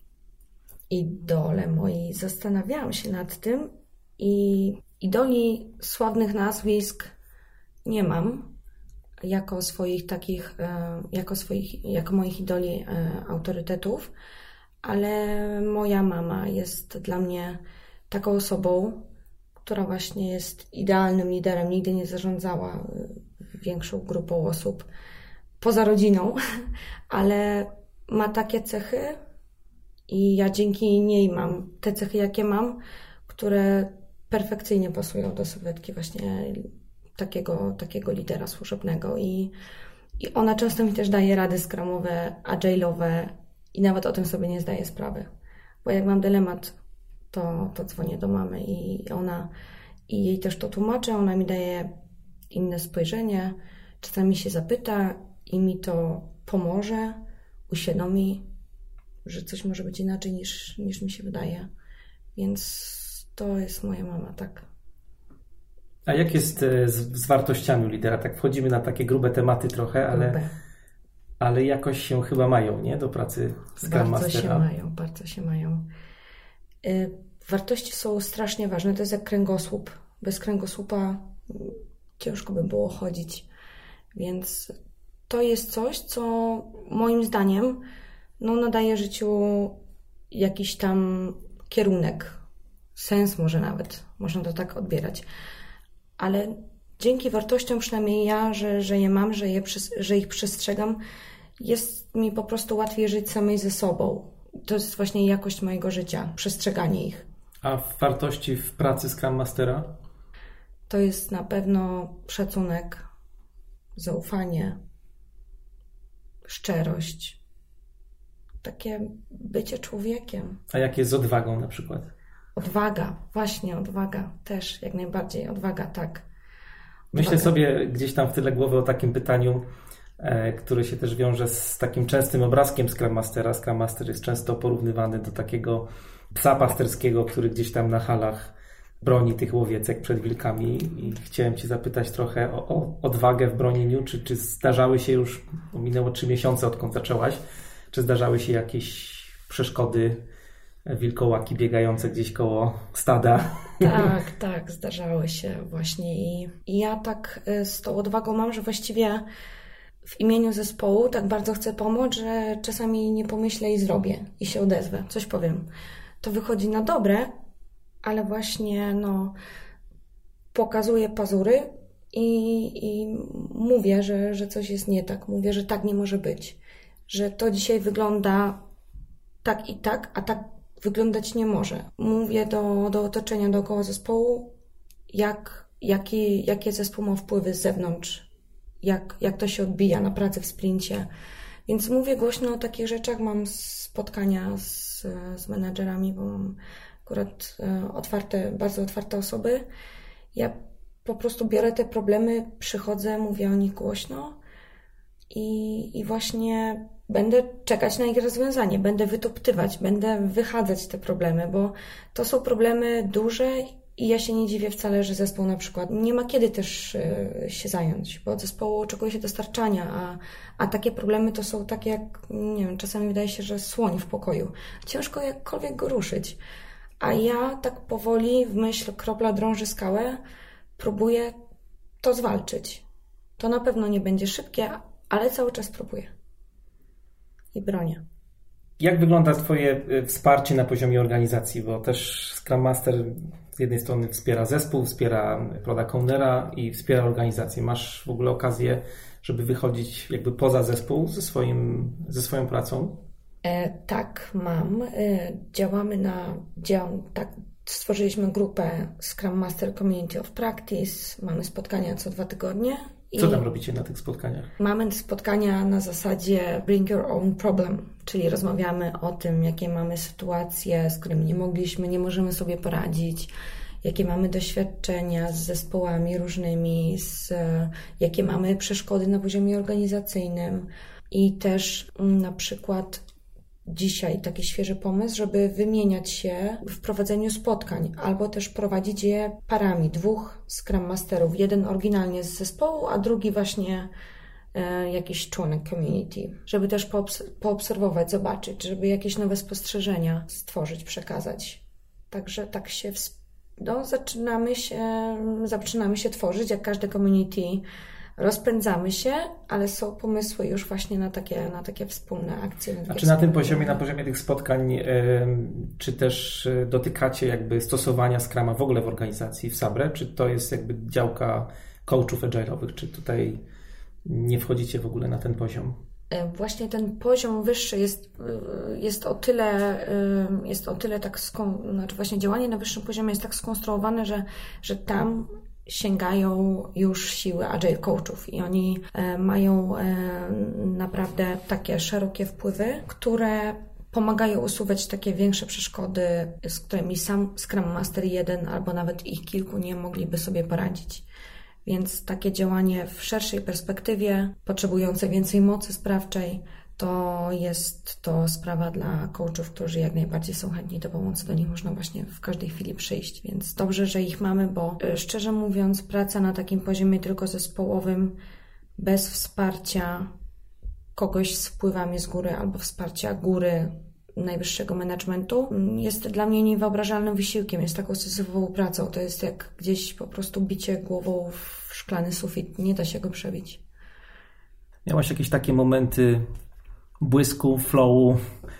Idole moi. Zastanawiałam się nad tym i idoli sławnych nazwisk nie mam jako swoich takich, jako swoich, jako moich idoli autorytetów, ale moja mama jest dla mnie taką osobą, która właśnie jest idealnym liderem, nigdy nie zarządzała większą grupą osób poza rodziną, ale ma takie cechy i ja dzięki niej mam te cechy, jakie mam, które perfekcyjnie pasują do sylwetki właśnie takiego, takiego lidera służebnego i, i ona często mi też daje rady scrumowe, agile'owe i nawet o tym sobie nie zdaję sprawy, bo jak mam dylemat, to, to dzwonię do mamy i ona i jej też to tłumaczę, ona mi daje inne spojrzenie, czasami się zapyta i mi to pomoże, uświadomi, że coś może być inaczej niż, niż mi się wydaje. Więc to jest moja mama, tak. A jak jest z, z wartościami lidera? Tak wchodzimy na takie grube tematy trochę, ale, ale jakoś się chyba mają, nie? Do pracy Scrum Mastera. Bardzo się mają, bardzo się mają. Wartości są strasznie ważne. To jest jak kręgosłup. Bez kręgosłupa ciężko by było chodzić. Więc to jest coś, co moim zdaniem no, nadaje życiu jakiś tam kierunek, sens może nawet. Można to tak odbierać. Ale dzięki wartościom, przynajmniej ja, że, że je mam, że, je, że ich przestrzegam, jest mi po prostu łatwiej żyć samej ze sobą. To jest właśnie jakość mojego życia, przestrzeganie ich. A wartości w pracy Scrum Mastera? To jest na pewno szacunek, zaufanie, szczerość, takie bycie człowiekiem. A jak jest z odwagą na przykład? Odwaga, właśnie odwaga też, jak najbardziej, odwaga, tak. Odwaga. Myślę sobie gdzieś tam w tyle głowy o takim pytaniu, e, które się też wiąże z takim częstym obrazkiem Scrum Mastera. Scrum Master jest często porównywany do takiego psa pasterskiego, który gdzieś tam na halach broni tych łowiecek przed wilkami i chciałem Cię zapytać trochę o, o odwagę w bronieniu, czy, czy zdarzały się już, minęło trzy miesiące odkąd zaczęłaś, czy zdarzały się jakieś przeszkody, wilkołaki biegające gdzieś koło stada? Tak, tak, zdarzały się właśnie i, i ja tak z tą odwagą mam, że właściwie w imieniu zespołu tak bardzo chcę pomóc, że czasami nie pomyślę i zrobię i się odezwę, coś powiem. To wychodzi na dobre, ale właśnie no, pokazuję pazury i, i mówię, że, że coś jest nie tak. Mówię, że tak nie może być. Że to dzisiaj wygląda tak i tak, a tak wyglądać nie może. Mówię do, do otoczenia dookoła zespołu, jak, jaki, jakie zespół ma wpływy z zewnątrz, jak, jak to się odbija na pracy w sprincie. Więc mówię głośno o takich rzeczach. Mam spotkania z, z menadżerami, bo mam akurat otwarte, bardzo otwarte osoby. Ja po prostu biorę te problemy, przychodzę, mówię o nich głośno i, i właśnie będę czekać na ich rozwiązanie, będę wytuptywać, będę wychadzać te problemy, bo to są problemy duże i ja się nie dziwię wcale, że zespół na przykład nie ma kiedy też się zająć, bo od zespołu oczekuje się dostarczania, a, a takie problemy to są takie jak, nie wiem, czasami wydaje się, że słoń w pokoju. Ciężko jakkolwiek go ruszyć. A ja tak powoli, w myśl kropla drąży skałę, próbuję to zwalczyć. To na pewno nie będzie szybkie, ale cały czas próbuję. I bronię. Jak wygląda Twoje wsparcie na poziomie organizacji? Bo też Scrum Master z jednej strony wspiera zespół, wspiera product ownera i wspiera organizację. Masz w ogóle okazję, żeby wychodzić jakby poza zespół ze, swoim, ze swoją pracą? E, tak, mam. E, działamy na... Działam, tak, stworzyliśmy grupę Scrum Master Community of Practice. Mamy spotkania co dwa tygodnie. Co tam robicie na tych spotkaniach? Mamy spotkania na zasadzie bring your own problem, czyli rozmawiamy o tym, jakie mamy sytuacje, z którymi nie mogliśmy, nie możemy sobie poradzić, jakie mamy doświadczenia z zespołami różnymi, z, jakie mamy przeszkody na poziomie organizacyjnym i też na przykład dzisiaj taki świeży pomysł, żeby wymieniać się w prowadzeniu spotkań, albo też prowadzić je parami, dwóch Scrum Masterów, jeden oryginalnie z zespołu, a drugi właśnie e, jakiś członek community, żeby też poobs- poobserwować, zobaczyć, żeby jakieś nowe spostrzeżenia stworzyć, przekazać. Także tak się w, no, zaczynamy się zaczynamy się tworzyć, jak każde community. Rozpędzamy się, ale są pomysły już właśnie na takie, na takie wspólne akcje. A czy na tym poziomie, na poziomie tych spotkań, yy, czy też dotykacie jakby stosowania Scruma w ogóle w organizacji, w Sabre? Czy to jest jakby działka coachów agile'owych? Czy tutaj nie wchodzicie w ogóle na ten poziom? Właśnie ten poziom wyższy jest, jest o tyle, jest o tyle tak, skon, znaczy właśnie działanie na wyższym poziomie jest tak skonstruowane, że, że tam sięgają już siły agile coachów i oni e, mają e, naprawdę takie szerokie wpływy, które pomagają usuwać takie większe przeszkody, z którymi sam Scrum Master jeden albo nawet ich kilku nie mogliby sobie poradzić. Więc takie działanie w szerszej perspektywie, potrzebujące więcej mocy sprawczej, to jest to sprawa dla coachów, którzy jak najbardziej są chętni do pomocy. Do nich można właśnie w każdej chwili przyjść, więc dobrze, że ich mamy, bo szczerze mówiąc, praca na takim poziomie tylko zespołowym, bez wsparcia kogoś z wpływami z góry albo wsparcia góry najwyższego managementu, jest dla mnie niewyobrażalnym wysiłkiem, jest taką syzyfową pracą. To jest jak gdzieś po prostu bicie głową w szklany sufit. Nie da się go przebić. Miałaś jakieś takie momenty błysku, flowu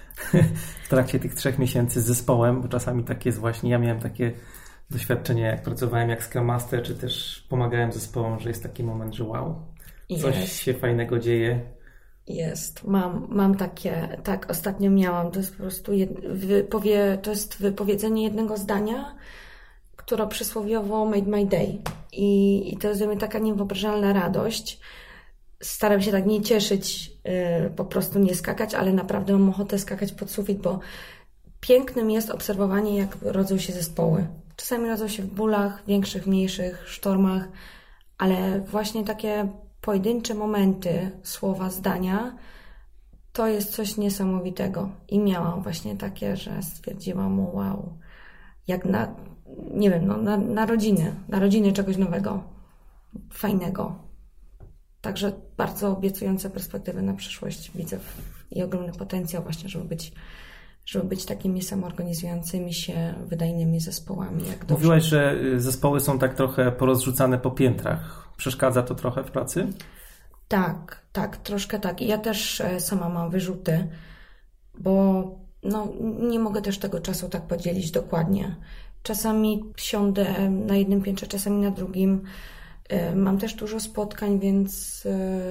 w trakcie tych trzech miesięcy z zespołem, bo czasami tak jest właśnie. Ja miałem takie doświadczenie, jak pracowałem jak Scrum Master, czy też pomagałem zespołom, że jest taki moment, że wow, coś yes. się fajnego dzieje. Jest. Mam, mam takie, tak, ostatnio miałam, to jest po prostu, jed, wypowie, to jest wypowiedzenie jednego zdania, które przysłowiowo made my day. I, i to jest dla mnie taka niewyobrażalna radość. Staram się tak nie cieszyć, yy, po prostu nie skakać, ale naprawdę mam ochotę skakać pod sufit, bo pięknym jest obserwowanie, jak rodzą się zespoły. Czasami rodzą się w bólach, większych, mniejszych, sztormach, ale właśnie takie pojedyncze momenty, słowa, zdania, to jest coś niesamowitego. I miałam właśnie takie, że stwierdziłam, wow, jak na, nie wiem, no, na, narodziny, narodziny czegoś nowego, fajnego. Także bardzo obiecujące perspektywy na przyszłość widzę i ogromny potencjał właśnie, żeby być, żeby być takimi samoorganizującymi się, wydajnymi zespołami. Jak Mówiłaś, że zespoły są tak trochę porozrzucane po piętrach. Przeszkadza to trochę w pracy? Tak, tak, troszkę tak. I ja też sama mam wyrzuty, bo no, nie mogę też tego czasu tak podzielić dokładnie. Czasami siądę na jednym piętrze, czasami na drugim. Mam też dużo spotkań, więc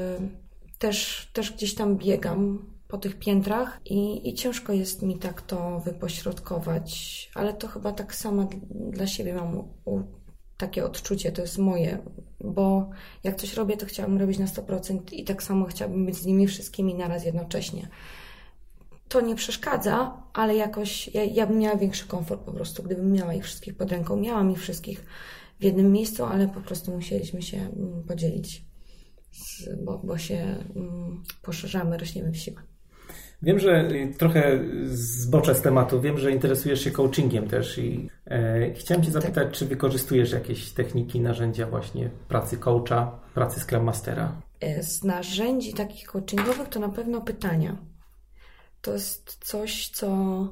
też, też gdzieś tam biegam po tych piętrach i, i ciężko jest mi tak to wypośrodkować, ale to chyba tak sama dla siebie mam u, takie odczucie, to jest moje, bo jak coś robię, to chciałabym robić na sto procent i tak samo chciałabym być z nimi wszystkimi naraz jednocześnie. To nie przeszkadza, ale jakoś ja, ja bym miała większy komfort po prostu, gdybym miała ich wszystkich pod ręką. Miałam ich wszystkich w jednym miejscu, ale po prostu musieliśmy się podzielić, bo, bo się poszerzamy, rośniemy w siłę. Wiem, że trochę zboczę z tematu, wiem, że interesujesz się coachingiem też i e, chciałem Cię zapytać, tak. Czy wykorzystujesz jakieś techniki, narzędzia właśnie pracy coacha, pracy Scrum Mastera? Z narzędzi takich coachingowych to na pewno pytania. To jest coś, co,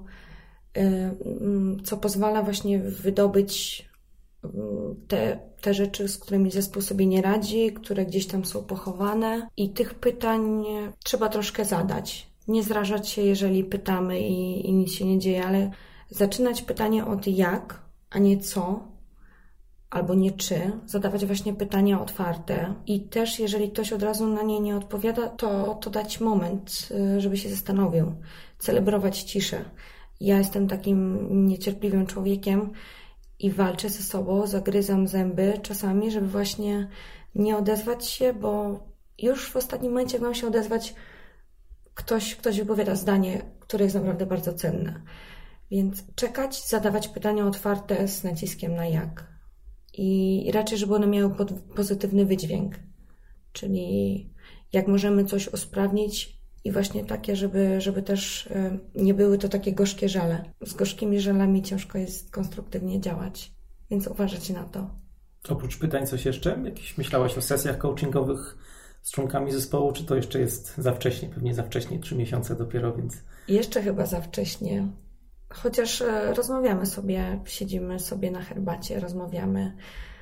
e, co pozwala właśnie wydobyć te, te rzeczy, z którymi zespół sobie nie radzi, które gdzieś tam są pochowane i tych pytań trzeba troszkę zadać. Nie zrażać się, jeżeli pytamy i, i nic się nie dzieje, ale zaczynać pytanie od jak, a nie co albo nie czy, zadawać właśnie pytania otwarte i też jeżeli ktoś od razu na nie nie odpowiada, to, to dać moment, żeby się zastanowił, celebrować ciszę. Ja jestem takim niecierpliwym człowiekiem i walczę ze sobą, zagryzam zęby czasami, żeby właśnie nie odezwać się, bo już w ostatnim momencie, jak mam się odezwać, ktoś, ktoś wypowiada zdanie, które jest naprawdę bardzo cenne. Więc czekać, zadawać pytania otwarte z naciskiem na jak. I raczej, żeby one miały pozytywny wydźwięk. Czyli jak możemy coś usprawnić i właśnie takie, żeby, żeby też nie były to takie gorzkie żale. Z gorzkimi żalami ciężko jest konstruktywnie działać, więc uważajcie na to. Oprócz pytań coś jeszcze? Jakieś myślałaś o sesjach coachingowych z członkami zespołu, czy to jeszcze jest za wcześnie? Pewnie za wcześnie, trzy miesiące dopiero, więc... Jeszcze chyba za wcześnie. Chociaż rozmawiamy sobie, siedzimy sobie na herbacie, rozmawiamy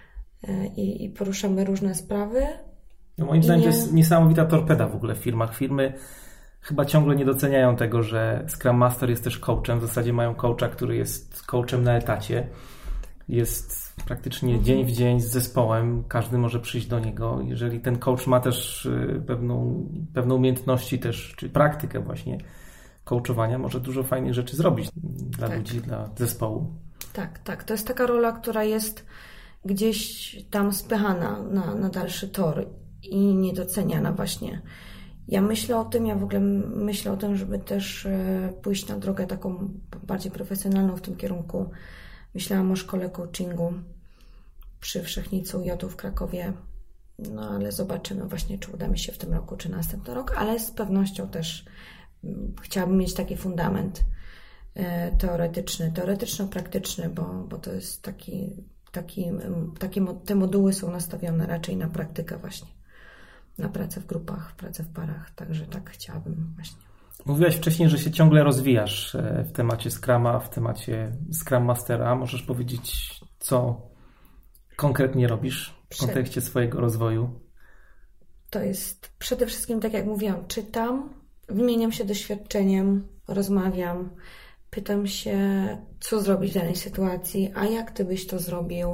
i, i poruszamy różne sprawy. No moim zdaniem nie... to jest niesamowita torpeda w ogóle w firmach. Firmy chyba ciągle nie doceniają tego, że Scrum Master jest też coachem. W zasadzie mają coacha, który jest coachem na etacie. Jest praktycznie mhm. dzień w dzień z zespołem. Każdy może przyjść do niego. Jeżeli ten coach ma też pewną, pewną umiejętności też, czy praktykę właśnie coachowania, może dużo fajnych rzeczy zrobić dla tak. ludzi, dla zespołu. Tak, tak. To jest taka rola, która jest gdzieś tam spychana na, na dalszy tor i niedoceniana właśnie. Ja myślę o tym, ja w ogóle myślę o tym, żeby też pójść na drogę taką bardziej profesjonalną w tym kierunku. Myślałam o szkole coachingu przy Wszechnicy U J w Krakowie, no ale zobaczymy właśnie, czy uda mi się w tym roku, czy następny rok, ale z pewnością też chciałabym mieć taki fundament teoretyczny, teoretyczno-praktyczny, bo, bo to jest taki, taki, takie, te moduły są nastawione raczej na praktykę właśnie, na pracę w grupach, pracę w parach, także tak chciałabym właśnie. Mówiłaś wcześniej, że się ciągle rozwijasz w temacie Scruma, w temacie Scrum Mastera. Możesz powiedzieć, co konkretnie robisz w kontekście swojego rozwoju? To jest przede wszystkim, tak jak mówiłam, czytam, wymieniam się doświadczeniem, rozmawiam, pytam się, co zrobić w danej sytuacji, a jak ty byś to zrobił?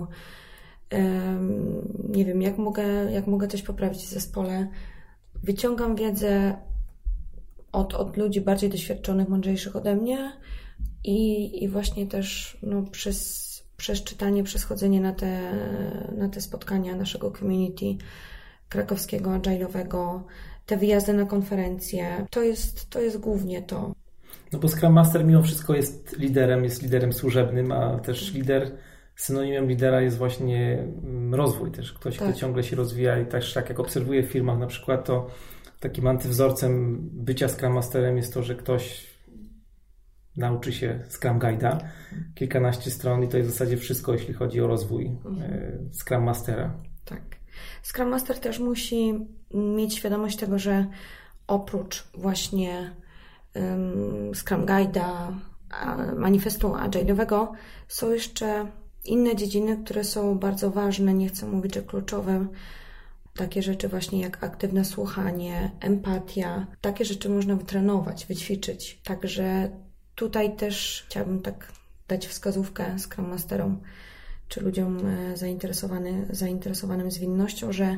Um, nie wiem, jak mogę, jak mogę coś poprawić w zespole. Wyciągam wiedzę od, od ludzi bardziej doświadczonych, mądrzejszych ode mnie i, i właśnie też no, przez, przez czytanie, przez chodzenie na te, na te spotkania naszego community krakowskiego, agile'owego, te wyjazdy na konferencje, to jest, to jest głównie to. No bo Scrum Master mimo wszystko jest liderem, jest liderem służebnym, a też lider, synonimem lidera jest właśnie rozwój też. Ktoś, tak. kto ciągle się rozwija i też tak jak obserwuję w firmach na przykład, to takim antywzorcem bycia Scrum Masterem jest to, że ktoś nauczy się Scrum Guide'a, kilkanaście stron i to jest w zasadzie wszystko, jeśli chodzi o rozwój mhm. Scrum Mastera. Tak. Scrum Master też musi mieć świadomość tego, że oprócz właśnie um, Scrum Guide'a, manifestu agile'owego są jeszcze inne dziedziny, które są bardzo ważne, nie chcę mówić, że kluczowe. Takie rzeczy właśnie jak aktywne słuchanie, empatia. Takie rzeczy można wytrenować, wyćwiczyć. Także tutaj też chciałabym tak dać wskazówkę Scrum Masterom czy ludziom zainteresowany, zainteresowanym zwinnością, że,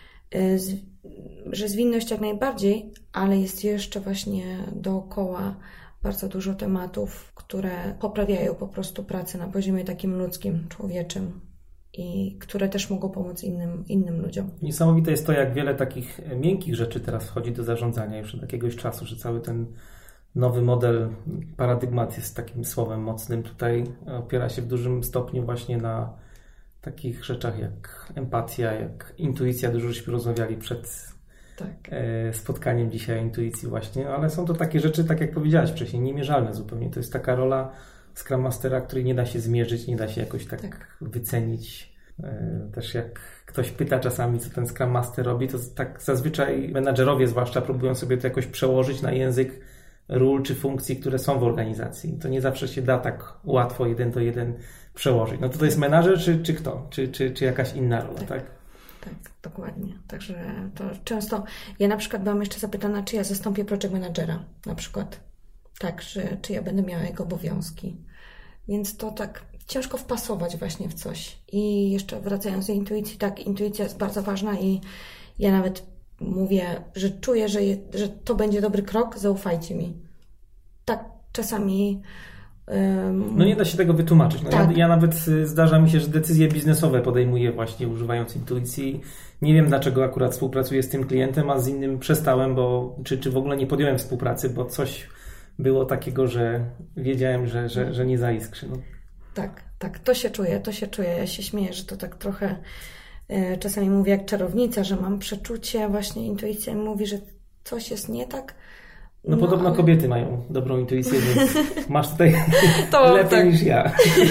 że zwinność jak najbardziej, ale jest jeszcze właśnie dookoła bardzo dużo tematów, które poprawiają po prostu pracę na poziomie takim ludzkim, człowieczym i które też mogą pomóc innym, innym ludziom. Niesamowite jest to, jak wiele takich miękkich rzeczy teraz wchodzi do zarządzania już od jakiegoś czasu, że cały ten nowy model, paradygmat jest takim słowem mocnym. Tutaj opiera się w dużym stopniu właśnie na takich rzeczach jak empatia, jak intuicja. Dużo żeśmy rozmawiali przed tak. spotkaniem dzisiaj o intuicji właśnie, ale są to takie rzeczy, tak jak powiedziałaś wcześniej, niemierzalne zupełnie. To jest taka rola Scrum Mastera, której nie da się zmierzyć, nie da się jakoś tak, tak. wycenić. Też jak ktoś pyta czasami, co ten Scrum Master robi, to tak zazwyczaj menadżerowie zwłaszcza próbują sobie to jakoś przełożyć na język ról czy funkcji, które są w organizacji. To nie zawsze się da tak łatwo jeden do jeden przełożyć. No to to jest menadżer czy, czy kto? Czy, czy, czy jakaś inna rola, tak? tak? Tak, dokładnie. Także to często... Ja na przykład byłam jeszcze zapytana, czy ja zastąpię project managera na przykład. Tak, że, czy ja będę miała jego obowiązki. Więc to tak ciężko wpasować właśnie w coś. I jeszcze wracając do intuicji, tak, intuicja jest bardzo ważna i ja nawet mówię, że czuję, że, je, że to będzie dobry krok, zaufajcie mi. Tak czasami... No nie da się tego wytłumaczyć. No tak. ja, ja nawet zdarza mi się, że decyzje biznesowe podejmuję właśnie używając intuicji. Nie wiem, dlaczego akurat współpracuję z tym klientem, a z innym przestałem, bo czy, czy w ogóle nie podjąłem współpracy, bo coś było takiego, że wiedziałem, że, że, że nie zaiskrzy. No. Tak, tak, to się czuje, to się czuje. Ja się śmieję, że to tak trochę e, czasami mówię jak czarownica, że mam przeczucie, właśnie intuicja mi mówi, że coś jest nie tak. No, no podobno ale... kobiety mają dobrą intuicję, więc masz tutaj to, lepiej tak. niż ja.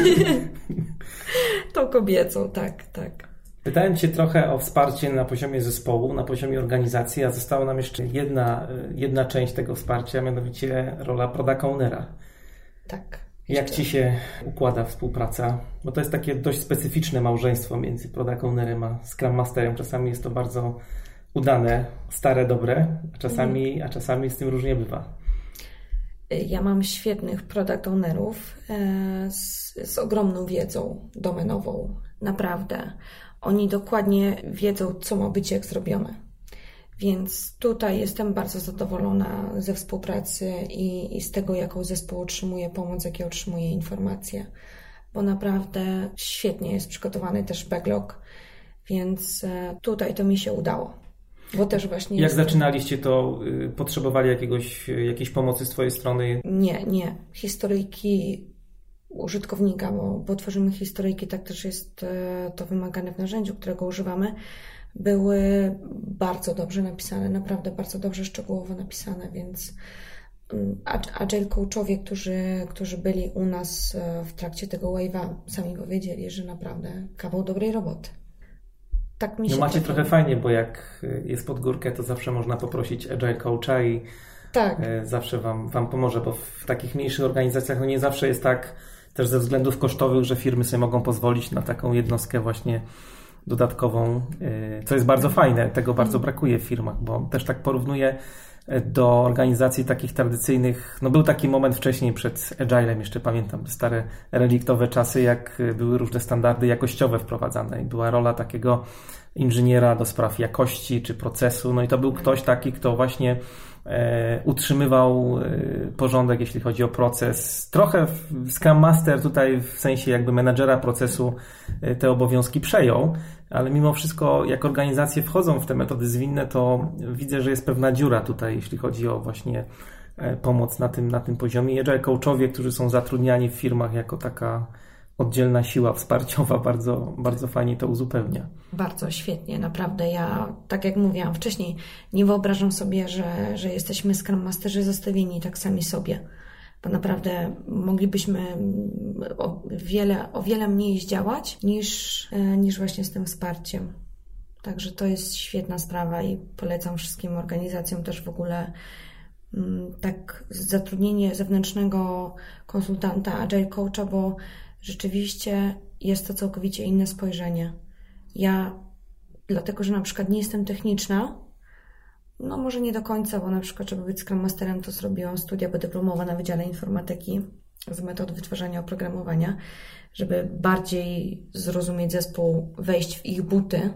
To kobiecą, tak, tak. Pytałem Cię trochę o wsparcie na poziomie zespołu, na poziomie organizacji, a została nam jeszcze jedna, jedna część tego wsparcia, mianowicie rola product ownera. Tak. Jak Ci się układa współpraca? Bo to jest takie dość specyficzne małżeństwo między product ownerem a Scrum Masterem. Czasami jest to bardzo udane, stare, dobre, a czasami, a czasami z tym różnie bywa. Ja mam świetnych product ownerów z, z ogromną wiedzą domenową. Naprawdę. Oni dokładnie wiedzą, co ma być jak zrobione. Więc tutaj jestem bardzo zadowolona ze współpracy i, i z tego, jaką zespół otrzymuje pomoc, jakie otrzymuje informacje. Bo naprawdę świetnie jest przygotowany też backlog, więc tutaj to mi się udało. Bo też właśnie Jak jest... zaczynaliście, to y, potrzebowali jakiegoś, jakiejś pomocy z Twojej strony? Nie, nie. Historyjki użytkownika, bo, bo tworzymy historyjki, tak też jest to wymagane w narzędziu, którego używamy, były bardzo dobrze napisane, naprawdę bardzo dobrze szczegółowo napisane, więc Agile coachowie, którzy, którzy byli u nas w trakcie tego wave'a, sami powiedzieli, że naprawdę kawał dobrej roboty. Tak mi się no macie trafi. trochę fajnie, bo jak jest pod górkę, to zawsze można poprosić Agile coacha i tak. zawsze wam, wam pomoże, bo w takich mniejszych organizacjach no nie zawsze jest tak, też ze względów kosztowych, że firmy sobie mogą pozwolić na taką jednostkę właśnie dodatkową, co jest bardzo fajne. Tego bardzo brakuje w firmach, bo też tak porównuję do organizacji takich tradycyjnych. No był taki moment wcześniej przed Agilem, jeszcze pamiętam stare reliktowe czasy, jak były różne standardy jakościowe wprowadzane i była rola takiego inżyniera do spraw jakości czy procesu. No i to był ktoś taki, kto właśnie e, utrzymywał e, porządek, jeśli chodzi o proces. Trochę Scrum Master tutaj w sensie jakby menadżera procesu e, te obowiązki przejął, ale mimo wszystko jak organizacje wchodzą w te metody zwinne, to widzę, że jest pewna dziura tutaj, jeśli chodzi o właśnie e, pomoc na tym, na tym poziomie. Agile coachowie, którzy są zatrudniani w firmach jako taka oddzielna siła wsparciowa, bardzo, bardzo fajnie to uzupełnia. Bardzo świetnie, naprawdę. Ja, tak jak mówiłam wcześniej, nie wyobrażam sobie, że, że jesteśmy Scrum Masterzy zostawieni tak sami sobie, bo naprawdę moglibyśmy o wiele, o wiele mniej zdziałać niż, niż właśnie z tym wsparciem. Także to jest świetna sprawa i polecam wszystkim organizacjom też w ogóle tak zatrudnienie zewnętrznego konsultanta, agile coacha, bo rzeczywiście jest to całkowicie inne spojrzenie. Ja, dlatego że na przykład nie jestem techniczna, no może nie do końca, bo na przykład, żeby być Scrum Masterem, to zrobiłam studia podyplomowe na Wydziale Informatyki z metod wytwarzania oprogramowania, żeby bardziej zrozumieć zespół, wejść w ich buty,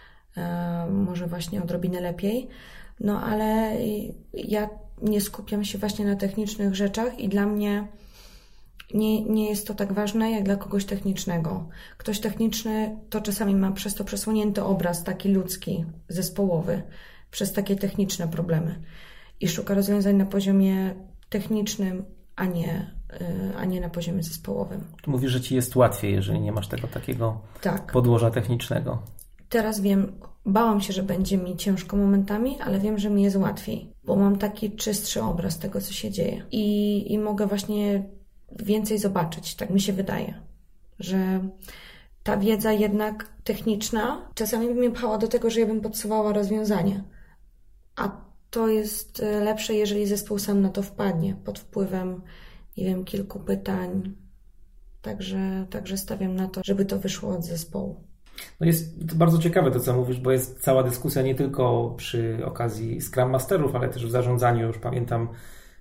może właśnie odrobinę lepiej. No ale ja nie skupiam się właśnie na technicznych rzeczach i dla mnie Nie, nie jest to tak ważne jak dla kogoś technicznego. Ktoś techniczny to czasami ma przez to przesłonięty obraz taki ludzki, zespołowy, przez takie techniczne problemy i szuka rozwiązań na poziomie technicznym, a nie, a nie na poziomie zespołowym. Tu mówisz, że Ci jest łatwiej, jeżeli nie masz tego takiego tak. podłoża technicznego. Teraz wiem, bałam się, że będzie mi ciężko momentami, ale wiem, że mi jest łatwiej, bo mam taki czystszy obraz tego, co się dzieje i, i mogę właśnie więcej zobaczyć, tak mi się wydaje, że ta wiedza jednak techniczna czasami by mnie pchała do tego, że ja bym podsuwała rozwiązanie, a to jest lepsze, jeżeli zespół sam na to wpadnie, pod wpływem, nie wiem, kilku pytań, także, także stawiam na to, żeby to wyszło od zespołu. No jest to bardzo ciekawe to, co mówisz, bo jest cała dyskusja nie tylko przy okazji Scrum Masterów, ale też w zarządzaniu. Już pamiętam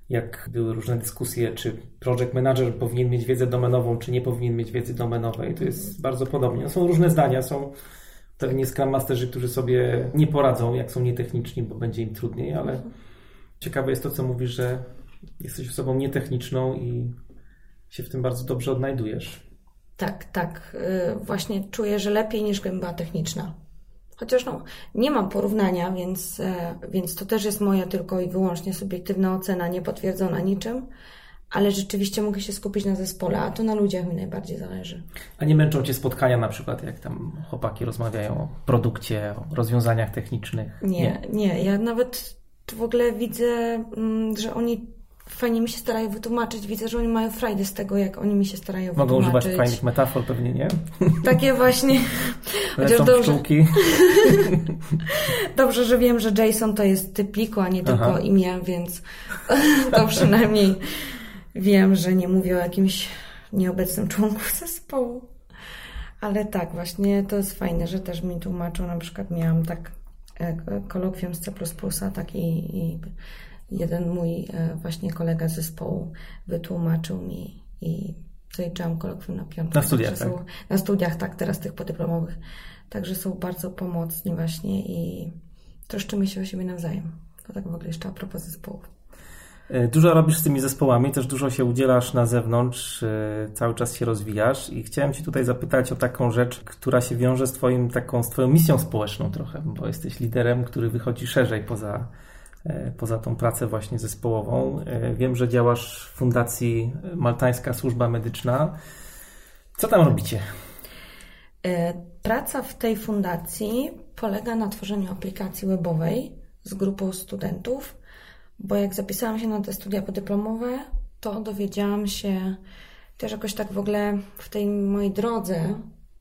jak były różne dyskusje, czy project manager powinien mieć wiedzę domenową, czy nie powinien mieć wiedzy domenowej. To jest bardzo podobnie. Są różne zdania, są pewnie Scrum Masterzy, którzy sobie nie poradzą, jak są nietechniczni, bo będzie im trudniej, ale ciekawe jest to, co mówisz, że jesteś osobą nietechniczną i się w tym bardzo dobrze odnajdujesz. Tak, tak. Właśnie czuję, że lepiej niż gdybym była techniczna. Chociaż no, nie mam porównania, więc, więc to też jest moja tylko i wyłącznie subiektywna ocena, niepotwierdzona niczym, ale rzeczywiście mogę się skupić na zespole, a to na ludziach mi najbardziej zależy. A nie męczą Cię spotkania na przykład, jak tam chłopaki rozmawiają o produkcie, o rozwiązaniach technicznych? Nie, nie. nie. Ja nawet w ogóle widzę, że oni fajnie mi się starają wytłumaczyć. Widzę, że oni mają frajdę z tego, jak oni mi się starają Mogą wytłumaczyć. Mogą używać fajnych metafor pewnie, nie? Takie właśnie. Lecą pszczółki. Dobrze, że wiem, że Jason to jest typ pliku, a nie tylko Aha. imię, więc to przynajmniej wiem, że nie mówię o jakimś nieobecnym członku zespołu. Ale tak, właśnie to jest fajne, że też mi tłumaczą. Na przykład miałam tak kolokwium z C plus plus, a tak i, i jeden mój właśnie kolega z zespołu wytłumaczył mi i zaliczyłam kolokwium na piątkę. Na studiach, tak? Są, na studiach, tak, teraz tych podyplomowych. Także są bardzo pomocni właśnie i troszczymy się o siebie nawzajem. To tak w ogóle jeszcze a propos zespołów. Dużo robisz z tymi zespołami, też dużo się udzielasz na zewnątrz, cały czas się rozwijasz i chciałem Cię tutaj zapytać o taką rzecz, która się wiąże z twoim, taką, z Twoją misją społeczną trochę, bo jesteś liderem, który wychodzi szerzej poza poza tą pracę właśnie zespołową. Wiem, że działasz w Fundacji Maltańska Służba Medyczna. Co tam robicie? Praca w tej fundacji polega na tworzeniu aplikacji webowej z grupą studentów, bo jak zapisałam się na te studia podyplomowe, to dowiedziałam się też jakoś tak w ogóle w tej mojej drodze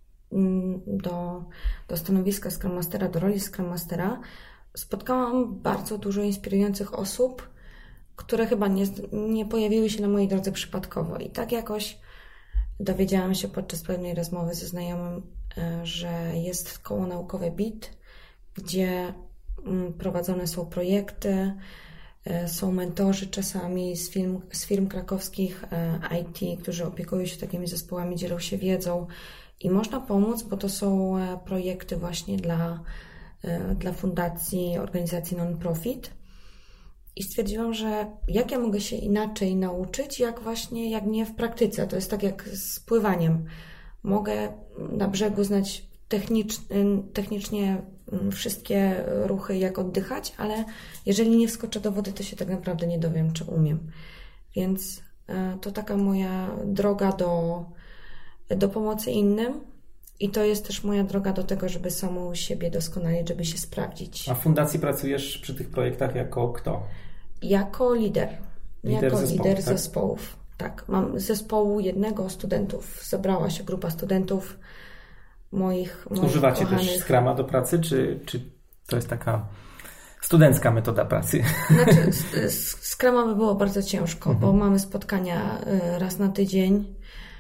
do, do stanowiska Scrum Mastera, do roli Scrum Mastera, spotkałam bardzo dużo inspirujących osób, które chyba nie, nie pojawiły się na mojej drodze przypadkowo. I tak jakoś dowiedziałam się podczas pewnej rozmowy ze znajomym, że jest koło naukowe B I T, gdzie prowadzone są projekty, są mentorzy czasami z firm, z firm krakowskich I T, którzy opiekują się takimi zespołami, dzielą się wiedzą i można pomóc, bo to są projekty właśnie dla dla fundacji, organizacji non-profit i stwierdziłam, że jak ja mogę się inaczej nauczyć, jak właśnie, jak nie w praktyce. To jest tak jak z pływaniem. Mogę na brzegu znać technicz, technicznie wszystkie ruchy, jak oddychać, ale jeżeli nie wskoczę do wody, to się tak naprawdę nie dowiem, czy umiem. Więc to taka moja droga do, do pomocy innym. I to jest też moja droga do tego, żeby samą siebie doskonalić, żeby się sprawdzić. A w fundacji pracujesz przy tych projektach jako kto? Jako lider. Lider jako zespołu, lider tak? zespołów. Tak. Mam zespołu jednego studentów. Zebrała się grupa studentów moich, moich Używacie kochanych. też Scruma do pracy, czy, czy to jest taka studencka metoda pracy? Znaczy, Scruma by było bardzo ciężko, mhm. bo mamy spotkania raz na tydzień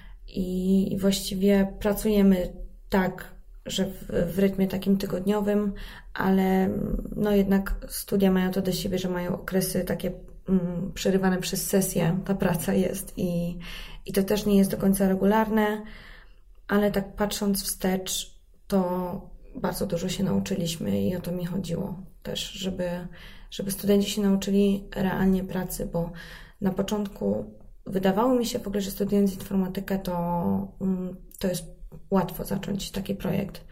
i właściwie pracujemy tak, że w, w rytmie takim tygodniowym, ale no jednak studia mają to do siebie, że mają okresy takie mm, przerywane przez sesję, ta praca jest i, i to też nie jest do końca regularne, ale tak patrząc wstecz, to bardzo dużo się nauczyliśmy i o to mi chodziło też, żeby, żeby studenci się nauczyli realnie pracy, bo na początku wydawało mi się w ogóle, że studiując informatykę to, to jest łatwo zacząć taki projekt,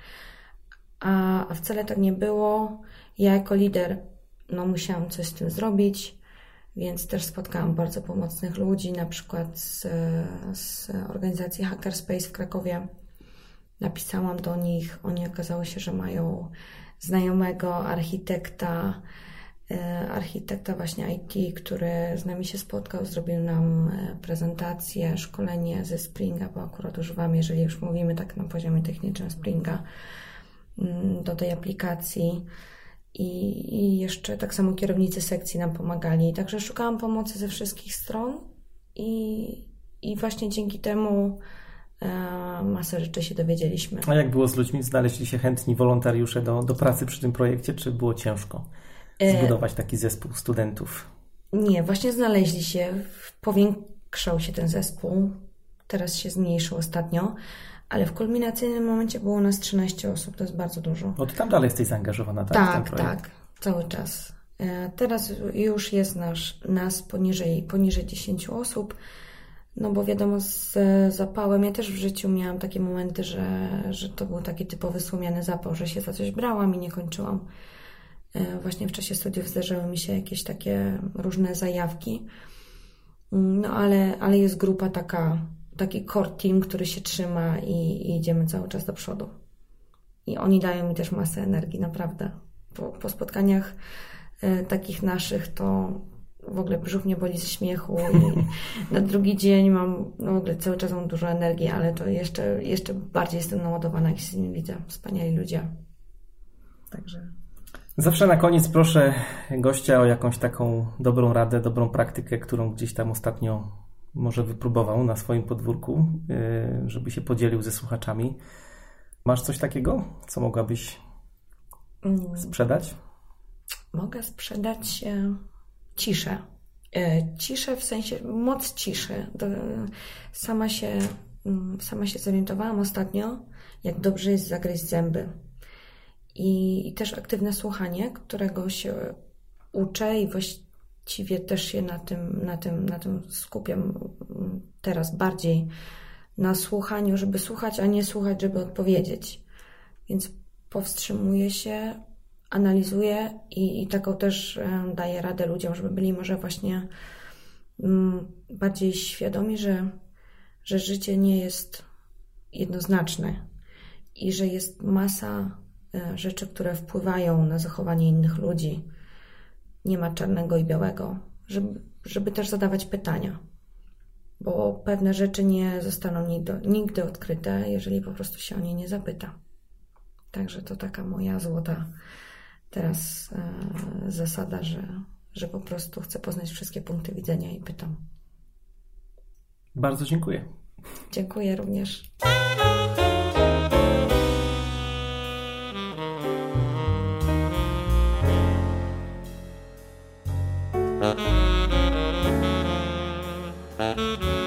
a, a wcale tak nie było. Ja jako lider no, musiałam coś z tym zrobić, więc też spotkałam bardzo pomocnych ludzi, na przykład z, z organizacji Hackerspace w Krakowie. Napisałam do nich, oni okazało się, że mają znajomego architekta, architekta właśnie I T, który z nami się spotkał, zrobił nam prezentację, szkolenie ze Springa, bo akurat używam, jeżeli już mówimy tak na poziomie technicznym, Springa do tej aplikacji i, i jeszcze tak samo kierownicy sekcji nam pomagali, także szukałam pomocy ze wszystkich stron i, i właśnie dzięki temu e, masę rzeczy się dowiedzieliśmy. A jak było z ludźmi? Znaleźli się chętni wolontariusze do, do pracy przy tym projekcie, czy było ciężko zbudować taki zespół studentów? Nie, właśnie znaleźli się, powiększał się ten zespół, teraz się zmniejszył ostatnio, ale w kulminacyjnym momencie było nas trzynaście osób, to jest bardzo dużo. Od tam dalej jesteś zaangażowana, tak? Tak, tak, cały czas. Teraz już jest nasz, nas poniżej, poniżej dziesięć osób, no bo wiadomo, z zapałem, ja też w życiu miałam takie momenty, że, że to był taki typowy słomiany zapał, że się za coś brałam i nie kończyłam. Właśnie w czasie studiów zdarzały mi się jakieś takie różne zajawki, no ale, ale jest grupa taka, taki core team, który się trzyma i, i idziemy cały czas do przodu. I oni dają mi też masę energii, naprawdę. Po, po spotkaniach y, takich naszych to w ogóle brzuch mnie boli ze śmiechu i na drugi dzień mam, no w ogóle cały czas mam dużo energii, ale to jeszcze, jeszcze bardziej jestem naładowana, jak się z nimi widzę. Wspaniali ludzie. Także... Zawsze na koniec proszę gościa o jakąś taką dobrą radę, dobrą praktykę, którą gdzieś tam ostatnio może wypróbował na swoim podwórku, żeby się podzielił ze słuchaczami. Masz coś takiego, co mogłabyś sprzedać? Mogę sprzedać ciszę. Ciszę w sensie, moc ciszy. Sama się, sama się zorientowałam ostatnio, jak dobrze jest zagryźć zęby. I, I też aktywne słuchanie, którego się uczę i właściwie też się na tym, na tym, na tym skupiam teraz bardziej, na słuchaniu, żeby słuchać, a nie słuchać, żeby odpowiedzieć. Więc powstrzymuję się, analizuję i, i taką też daję radę ludziom, żeby byli może właśnie mm, bardziej świadomi, że, że życie nie jest jednoznaczne i że jest masa rzeczy, które wpływają na zachowanie innych ludzi. Nie ma czarnego i białego. Żeby, żeby też zadawać pytania. Bo pewne rzeczy nie zostaną nigdy, nigdy odkryte, jeżeli po prostu się o nie nie zapyta. Także to taka moja złota teraz e, zasada, że, że po prostu chcę poznać wszystkie punkty widzenia i pytam. Bardzo dziękuję. Dziękuję również. Thank you.